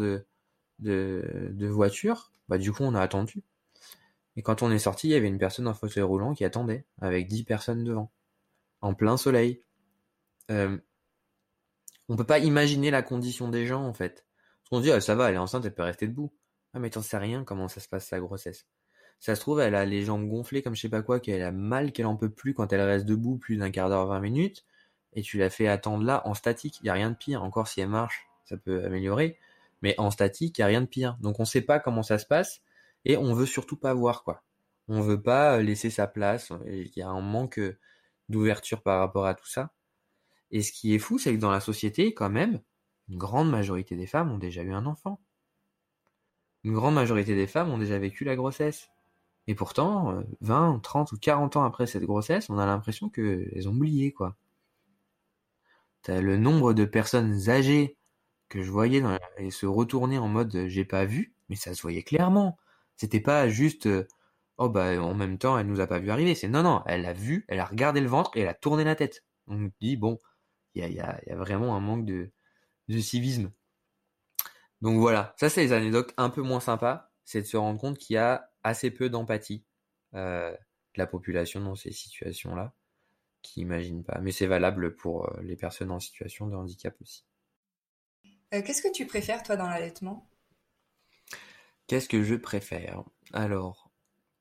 de voiture, bah du coup on a attendu. Et quand on est sorti, il y avait une personne en fauteuil roulant qui attendait, avec 10 personnes devant, en plein soleil. Euh, on peut pas imaginer la condition des gens en fait. Parce qu'on se dit, ah, ça va, elle est enceinte, elle peut rester debout. Ah mais t'en sais rien comment ça se passe sa grossesse. Ça se trouve, elle a les jambes gonflées comme je sais pas quoi, qu'elle a mal, qu'elle en peut plus quand elle reste debout plus d'un quart d'heure, 20 minutes, et tu la fais attendre là en statique. Il y a rien de pire. Encore si elle marche, ça peut améliorer, mais en statique, il y a rien de pire. Donc on sait pas comment ça se passe et on veut surtout pas voir quoi. On veut pas laisser sa place. Il y a un manque d'ouverture par rapport à tout ça. Et ce qui est fou, c'est que dans la société, quand même, une grande majorité des femmes ont déjà eu un enfant. Une grande majorité des femmes ont déjà vécu la grossesse. Et pourtant, 20, 30 ou 40 ans après cette grossesse, on a l'impression qu'elles ont oublié, quoi. T'as le nombre de personnes âgées que je voyais et se retourner en mode j'ai pas vu, mais ça se voyait clairement. C'était pas juste oh bah en même temps elle nous a pas vu arriver. C'est non, elle a vu, elle a regardé le ventre et elle a tourné la tête. On nous dit bon, il y a vraiment un manque de civisme. Donc voilà, ça c'est les anecdotes un peu moins sympas, c'est de se rendre compte qu'il y a assez peu d'empathie de la population dans ces situations-là, qui imaginent pas. Mais c'est valable pour les personnes en situation de handicap aussi. Qu'est-ce que tu préfères, toi, dans l'allaitement? Qu'est-ce que je préfère? Alors,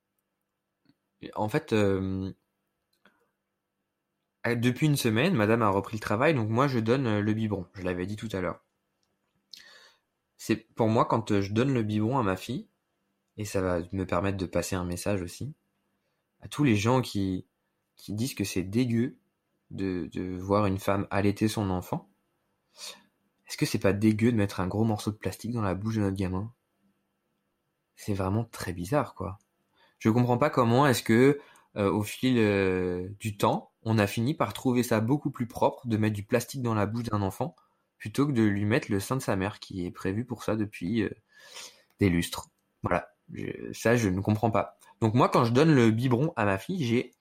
en fait, depuis une semaine, madame a repris le travail, donc moi je donne le biberon. Je l'avais dit tout à l'heure. C'est pour moi quand je donne le biberon à ma fille, et ça va me permettre de passer un message aussi à tous les gens qui disent que c'est dégueu de voir une femme allaiter son enfant. Est-ce que c'est pas dégueu de mettre un gros morceau de plastique dans la bouche de notre gamin? C'est vraiment très bizarre, quoi. Je comprends pas comment est-ce que au fil du temps, on a fini par trouver ça beaucoup plus propre de mettre du plastique dans la bouche d'un enfant plutôt que de lui mettre le sein de sa mère qui est prévu pour ça depuis des lustres. Voilà, ça je ne comprends pas. Donc moi quand je donne le biberon à ma fille, j'ai,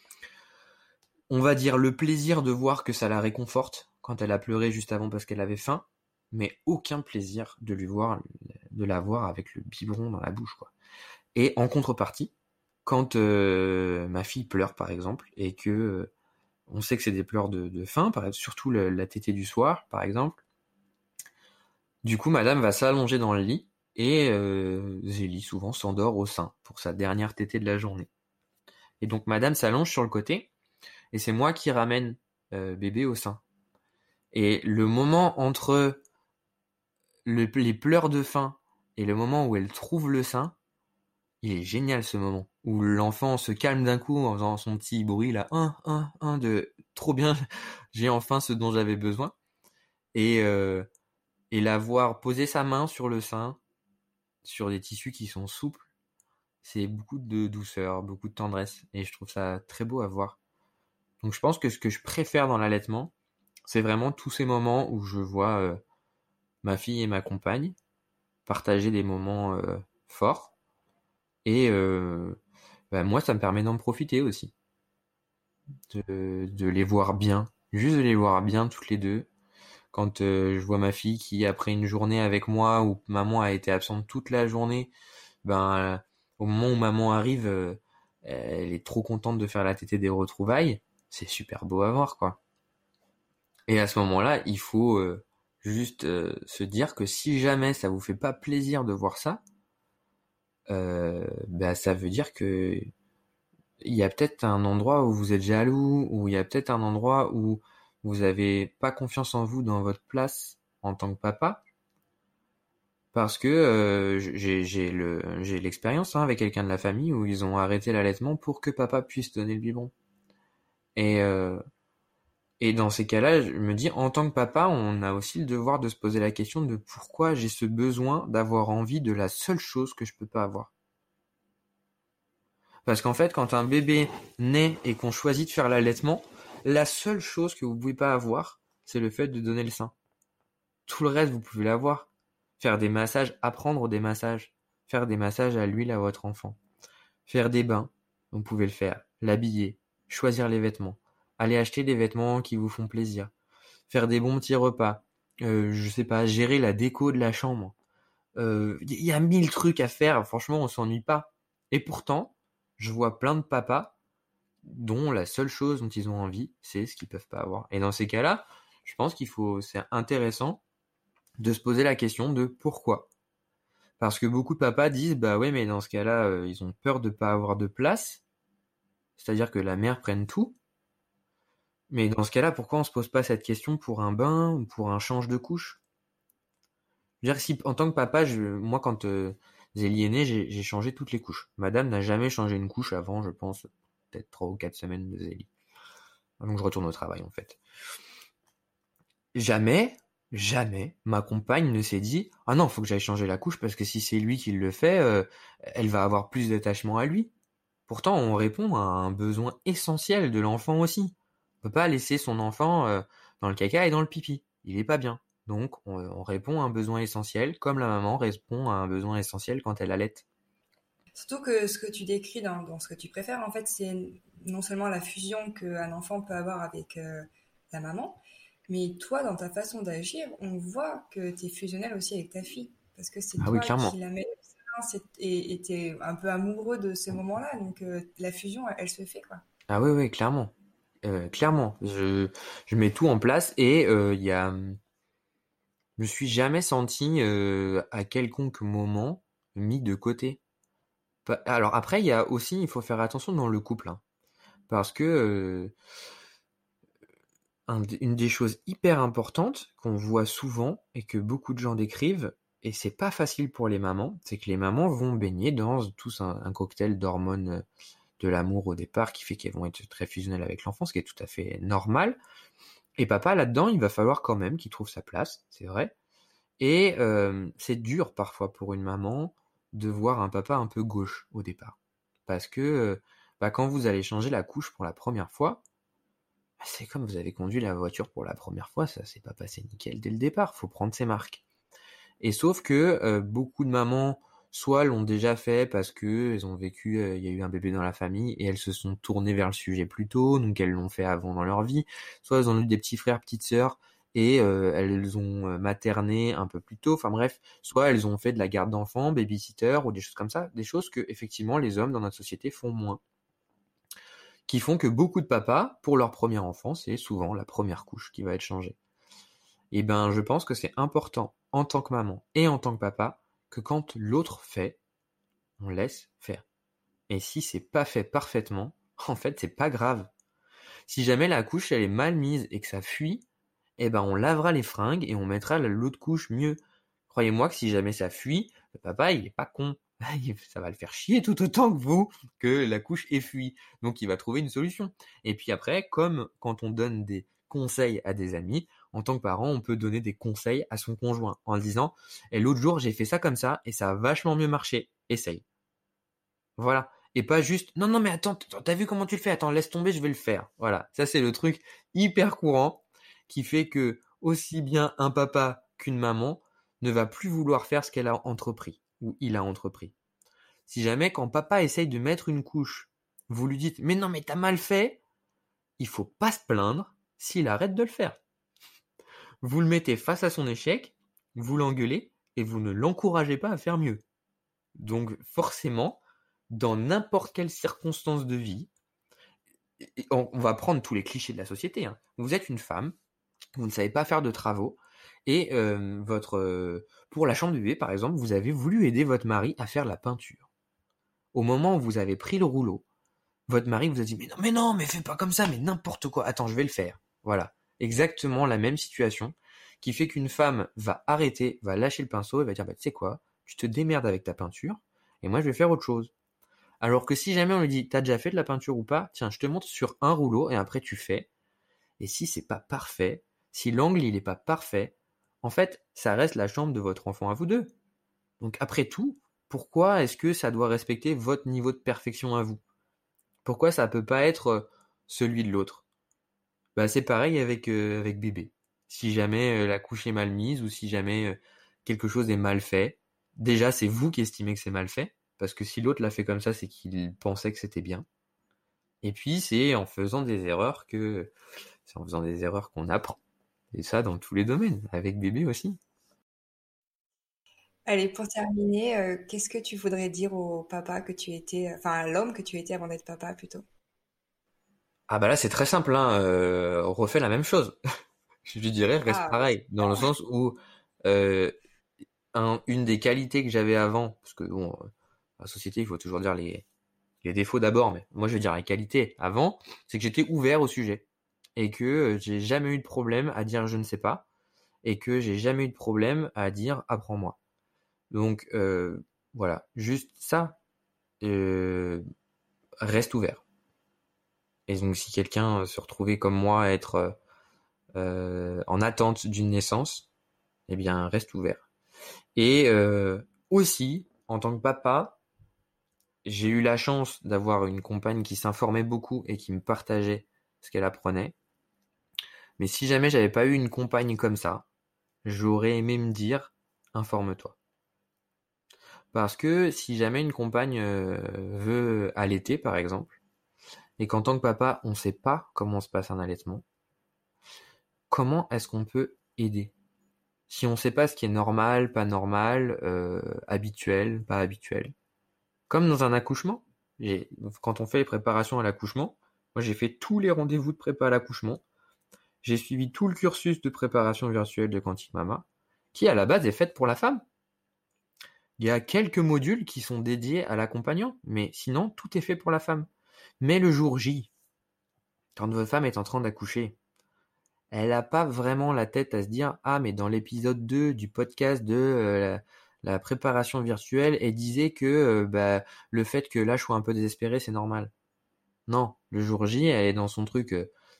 on va dire, le plaisir de voir que ça la réconforte quand elle a pleuré juste avant parce qu'elle avait faim, mais aucun plaisir de la voir avec le biberon dans la bouche, quoi. Et en contrepartie, quand ma fille pleure par exemple et que on sait que c'est des pleurs de faim, par exemple, surtout la tétée du soir par exemple, du coup madame va s'allonger dans le lit et Zélie souvent s'endort au sein pour sa dernière tétée de la journée. Et donc madame s'allonge sur le côté et c'est moi qui ramène bébé au sein. Et le moment entre les pleurs de faim et le moment où elle trouve le sein, il est génial ce moment où l'enfant se calme d'un coup en faisant son petit bruit là, de trop bien, j'ai enfin ce dont j'avais besoin. Et, euh, et la voir poser sa main sur le sein, sur des tissus qui sont souples, c'est beaucoup de douceur, beaucoup de tendresse. Et je trouve ça très beau à voir. Donc je pense que ce que je préfère dans l'allaitement, c'est vraiment tous ces moments où je vois ma fille et ma compagne partager des moments forts. Et bah, moi, ça me permet d'en profiter aussi. De les voir bien. Juste de les voir bien toutes les deux. Quand je vois ma fille qui, après une journée avec moi, où maman a été absente toute la journée, ben, au moment où maman arrive, elle est trop contente de faire la tétée des retrouvailles. C'est super beau à voir, quoi. Et à ce moment-là, il faut juste se dire que si jamais ça vous fait pas plaisir de voir ça, bah, ça veut dire que il y a peut-être un endroit où vous êtes jaloux, ou il y a peut-être un endroit où vous avez pas confiance en vous dans votre place en tant que papa, parce que j'ai l'expérience avec quelqu'un de la famille où ils ont arrêté l'allaitement pour que papa puisse donner le biberon. Et et dans ces cas-là, je me dis en tant que papa, on a aussi le devoir de se poser la question de pourquoi j'ai ce besoin d'avoir envie de la seule chose que je peux pas avoir. Parce qu'en fait, quand un bébé naît et qu'on choisit de faire l'allaitement, la seule chose que vous pouvez pas avoir, c'est le fait de donner le sein. Tout le reste, vous pouvez l'avoir. Faire des massages, apprendre des massages. Faire des massages à l'huile à votre enfant. Faire des bains, vous pouvez le faire. L'habiller. Choisir les vêtements. Aller acheter des vêtements qui vous font plaisir. Faire des bons petits repas. Je sais pas, gérer la déco de la chambre. Y a 1000 trucs à faire, franchement, on s'ennuie pas. Et pourtant, je vois plein de papas dont la seule chose dont ils ont envie, c'est ce qu'ils peuvent pas avoir. Et dans ces cas-là, je pense c'est intéressant de se poser la question de pourquoi. Parce que beaucoup de papas disent, bah ouais, mais dans ce cas-là, ils ont peur de pas avoir de place, c'est-à-dire que la mère prenne tout. Mais dans ce cas-là, pourquoi on se pose pas cette question pour un bain ou pour un change de couche? Je veux dire, si en tant que papa, moi quand Zélie est née, j'ai changé toutes les couches. Madame n'a jamais changé une couche avant, je pense, peut-être 3 ou 4 semaines de Zélie. Donc je retourne au travail en fait. Jamais jamais ma compagne ne s'est dit ah non, faut que j'aille changer la couche parce que si c'est lui qui le fait, elle va avoir plus d'attachement à lui. Pourtant, on répond à un besoin essentiel de l'enfant aussi. On peut pas laisser son enfant dans le caca et dans le pipi. Il est pas bien. Donc, on répond à un besoin essentiel, comme la maman répond à un besoin essentiel quand elle allaite. Surtout que ce que tu décris dans ce que tu préfères, en fait, c'est non seulement la fusion qu'un enfant peut avoir avec la maman, mais toi, dans ta façon d'agir, on voit que tu es fusionnel aussi avec ta fille. Parce que c'est Ah oui, toi qui clairement. la mets au sein et tu es un peu amoureux de ce moment-là. Donc la fusion, elle se fait, quoi. Ah oui, oui, clairement. Clairement. Je mets tout en place et je me suis jamais senti à quelconque moment mis de côté. Alors après, il y a aussi, il faut faire attention dans le couple, hein, parce que une des choses hyper importantes qu'on voit souvent et que beaucoup de gens décrivent, et c'est pas facile pour les mamans, c'est que les mamans vont baigner dans tous un cocktail d'hormones de l'amour au départ qui fait qu'elles vont être très fusionnelles avec l'enfant, ce qui est tout à fait normal. Et papa, là-dedans, il va falloir quand même qu'il trouve sa place, c'est vrai. Et c'est dur parfois pour une maman de voir un papa un peu gauche au départ. Parce que quand vous allez changer la couche pour la première fois, c'est comme vous avez conduit la voiture pour la première fois, ça s'est pas passé nickel dès le départ, faut prendre ses marques. Et sauf que beaucoup de mamans, soit l'ont déjà fait parce que elles ont vécu, il y a eu un bébé dans la famille et elles se sont tournées vers le sujet plus tôt, donc elles l'ont fait avant dans leur vie, soit elles ont eu des petits frères, petites sœurs et elles ont materné un peu plus tôt, enfin bref, soit elles ont fait de la garde d'enfants, babysitter ou des choses comme ça, des choses que effectivement les hommes dans notre société font moins, qui font que beaucoup de papas, pour leur premier enfant, c'est souvent la première couche qui va être changée. Et ben, je pense que c'est important, en tant que maman et en tant que papa, que quand l'autre fait, on laisse faire. Et si c'est pas fait parfaitement, en fait, c'est pas grave. Si jamais la couche, elle est mal mise et que ça fuit, eh ben, on lavera les fringues et on mettra l'autre couche mieux. Croyez-moi que si jamais ça fuit, le papa, il est pas con. Ça va le faire chier tout autant que vous, que la couche est fui. Donc il va trouver une solution. Et puis après, comme quand on donne des conseils à des amis, en tant que parent, on peut donner des conseils à son conjoint en disant et l'autre jour j'ai fait ça comme ça et ça a vachement mieux marché. Essaye. Voilà. Et pas juste non non mais attends, t'as vu comment tu le fais? Attends, laisse tomber, je vais le faire. Voilà. Ça c'est le truc hyper courant qui fait que aussi bien un papa qu'une maman ne va plus vouloir faire ce qu'elle a entrepris ou il a entrepris. Si jamais quand papa essaye de mettre une couche, vous lui dites mais non mais t'as mal fait, il faut pas se plaindre s'il arrête de le faire. Vous le mettez face à son échec, vous l'engueulez et vous ne l'encouragez pas à faire mieux. Donc forcément, dans n'importe quelle circonstance de vie, on va prendre tous les clichés de la société, hein. Vous êtes une femme, vous ne savez pas faire de travaux, et pour la chambre de bébé par exemple, vous avez voulu aider votre mari à faire la peinture. Au moment où vous avez pris le rouleau, votre mari vous a dit mais non, mais fais pas comme ça, mais n'importe quoi, attends, je vais le faire. Voilà, exactement la même situation qui fait qu'une femme va arrêter, va lâcher le pinceau et va dire bah tu sais quoi, tu te démerdes avec ta peinture et moi je vais faire autre chose. Alors que si jamais on lui dit t'as déjà fait de la peinture ou pas, tiens je te montre sur un rouleau et après tu fais. Et si c'est pas parfait, si l'angle il est pas parfait, en fait ça reste la chambre de votre enfant à vous deux. Donc après tout, pourquoi est-ce que ça doit respecter votre niveau de perfection à vous? Pourquoi ça peut pas être celui de l'autre? Bah c'est pareil avec bébé. Si jamais la couche est mal mise ou si jamais quelque chose est mal fait, déjà c'est vous qui estimez que c'est mal fait, parce que si l'autre l'a fait comme ça, c'est qu'il pensait que c'était bien. Et puis c'est en faisant des erreurs qu'on apprend. Et ça dans tous les domaines, avec bébé aussi. Allez, pour terminer, qu'est-ce que tu voudrais dire au papa que tu étais, enfin à l'homme que tu étais avant d'être papa plutôt? Ah bah là c'est très simple, hein, on refait la même chose. Je lui dirais reste Ah, bah, pareil, dans le sens où euh, une des qualités que j'avais avant, parce que bon, la société, il faut toujours dire les défauts d'abord, mais moi je veux dire les qualités avant, c'est que j'étais ouvert au sujet et que j'ai jamais eu de problème à dire je ne sais pas et que j'ai jamais eu de problème à dire apprends-moi. Donc voilà, juste ça, euh, reste ouvert. Et donc si quelqu'un se retrouvait comme moi à être en attente d'une naissance, eh bien, reste ouvert. Et aussi, en tant que papa, j'ai eu la chance d'avoir une compagne qui s'informait beaucoup et qui me partageait ce qu'elle apprenait. Mais si jamais j'avais pas eu une compagne comme ça, j'aurais aimé me dire, informe-toi. Parce que si jamais une compagne veut allaiter, par exemple, et qu'en tant que papa, on ne sait pas comment se passe un allaitement, comment est-ce qu'on peut aider? Si on ne sait pas ce qui est normal, pas normal, habituel, pas habituel. Comme dans un accouchement. Quand on fait les préparations à l'accouchement, moi j'ai fait tous les rendez-vous de prépa à l'accouchement. J'ai suivi tout le cursus de préparation virtuelle de Quantique Mama, qui à la base est faite pour la femme. Il y a quelques modules qui sont dédiés à l'accompagnant, mais sinon tout est fait pour la femme. Mais le jour J, quand votre femme est en train d'accoucher, elle n'a pas vraiment la tête à se dire « Ah, mais dans l'épisode 2 du podcast de la préparation virtuelle, elle disait que le fait que là je sois un peu désespéré, c'est normal. » Non, le jour J, elle est dans son truc,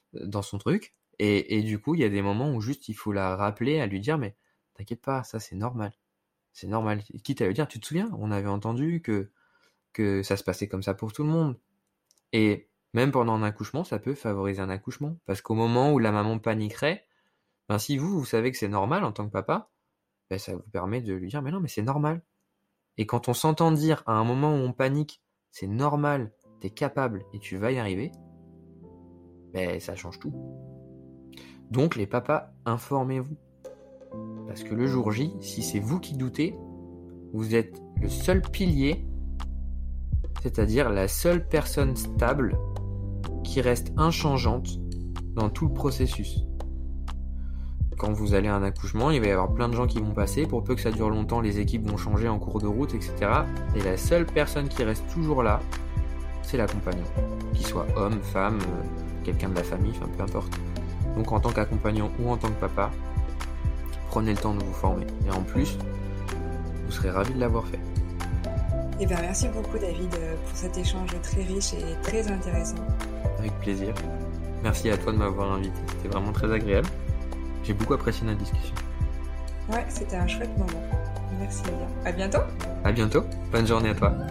et du coup, il y a des moments où juste il faut la rappeler, à lui dire « Mais t'inquiète pas, ça c'est normal. C'est normal. » Quitte à lui dire « Tu te souviens, on avait entendu que ça se passait comme ça pour tout le monde. » Et même pendant un accouchement, ça peut favoriser un accouchement. Parce qu'au moment où la maman paniquerait, si vous savez que c'est normal en tant que papa, ça vous permet de lui dire « Mais non, mais c'est normal. » Et quand on s'entend dire à un moment où on panique « C'est normal, t'es capable et tu vas y arriver », ça change tout. Donc les papas, informez-vous. Parce que le jour J, si c'est vous qui doutez, vous êtes le seul pilier, c'est-à-dire la seule personne stable qui reste inchangeante dans tout le processus. Quand vous allez à un accouchement, il va y avoir plein de gens qui vont passer, pour peu que ça dure longtemps, les équipes vont changer en cours de route, etc. Et la seule personne qui reste toujours là, c'est l'accompagnant. Qu'il soit homme, femme, quelqu'un de la famille, peu importe. Donc en tant qu'accompagnant ou en tant que papa, prenez le temps de vous former. Et en plus, vous serez ravis de l'avoir fait. Eh bien, merci beaucoup David pour cet échange très riche et très intéressant. Avec plaisir. Merci à toi de m'avoir invité, c'était vraiment très agréable. J'ai beaucoup apprécié notre discussion. Ouais, c'était un chouette moment. Merci bien. À bientôt. À bientôt. Bonne journée à toi.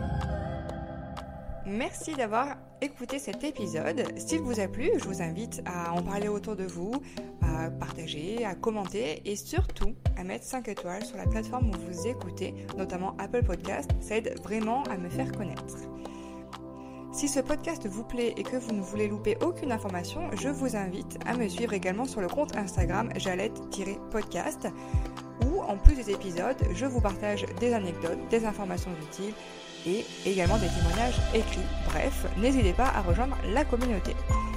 Merci d'avoir écouté cet épisode. S'il vous a plu, je vous invite à en parler autour de vous, à partager, à commenter et surtout à mettre 5 étoiles sur la plateforme où vous écoutez, notamment Apple Podcast. Ça aide vraiment à me faire connaître. Si ce podcast vous plaît et que vous ne voulez louper aucune information, je vous invite à me suivre également sur le compte Instagram jalette-podcast où, en plus des épisodes, je vous partage des anecdotes, des informations utiles et également des témoignages écrits. Bref, n'hésitez pas à rejoindre la communauté.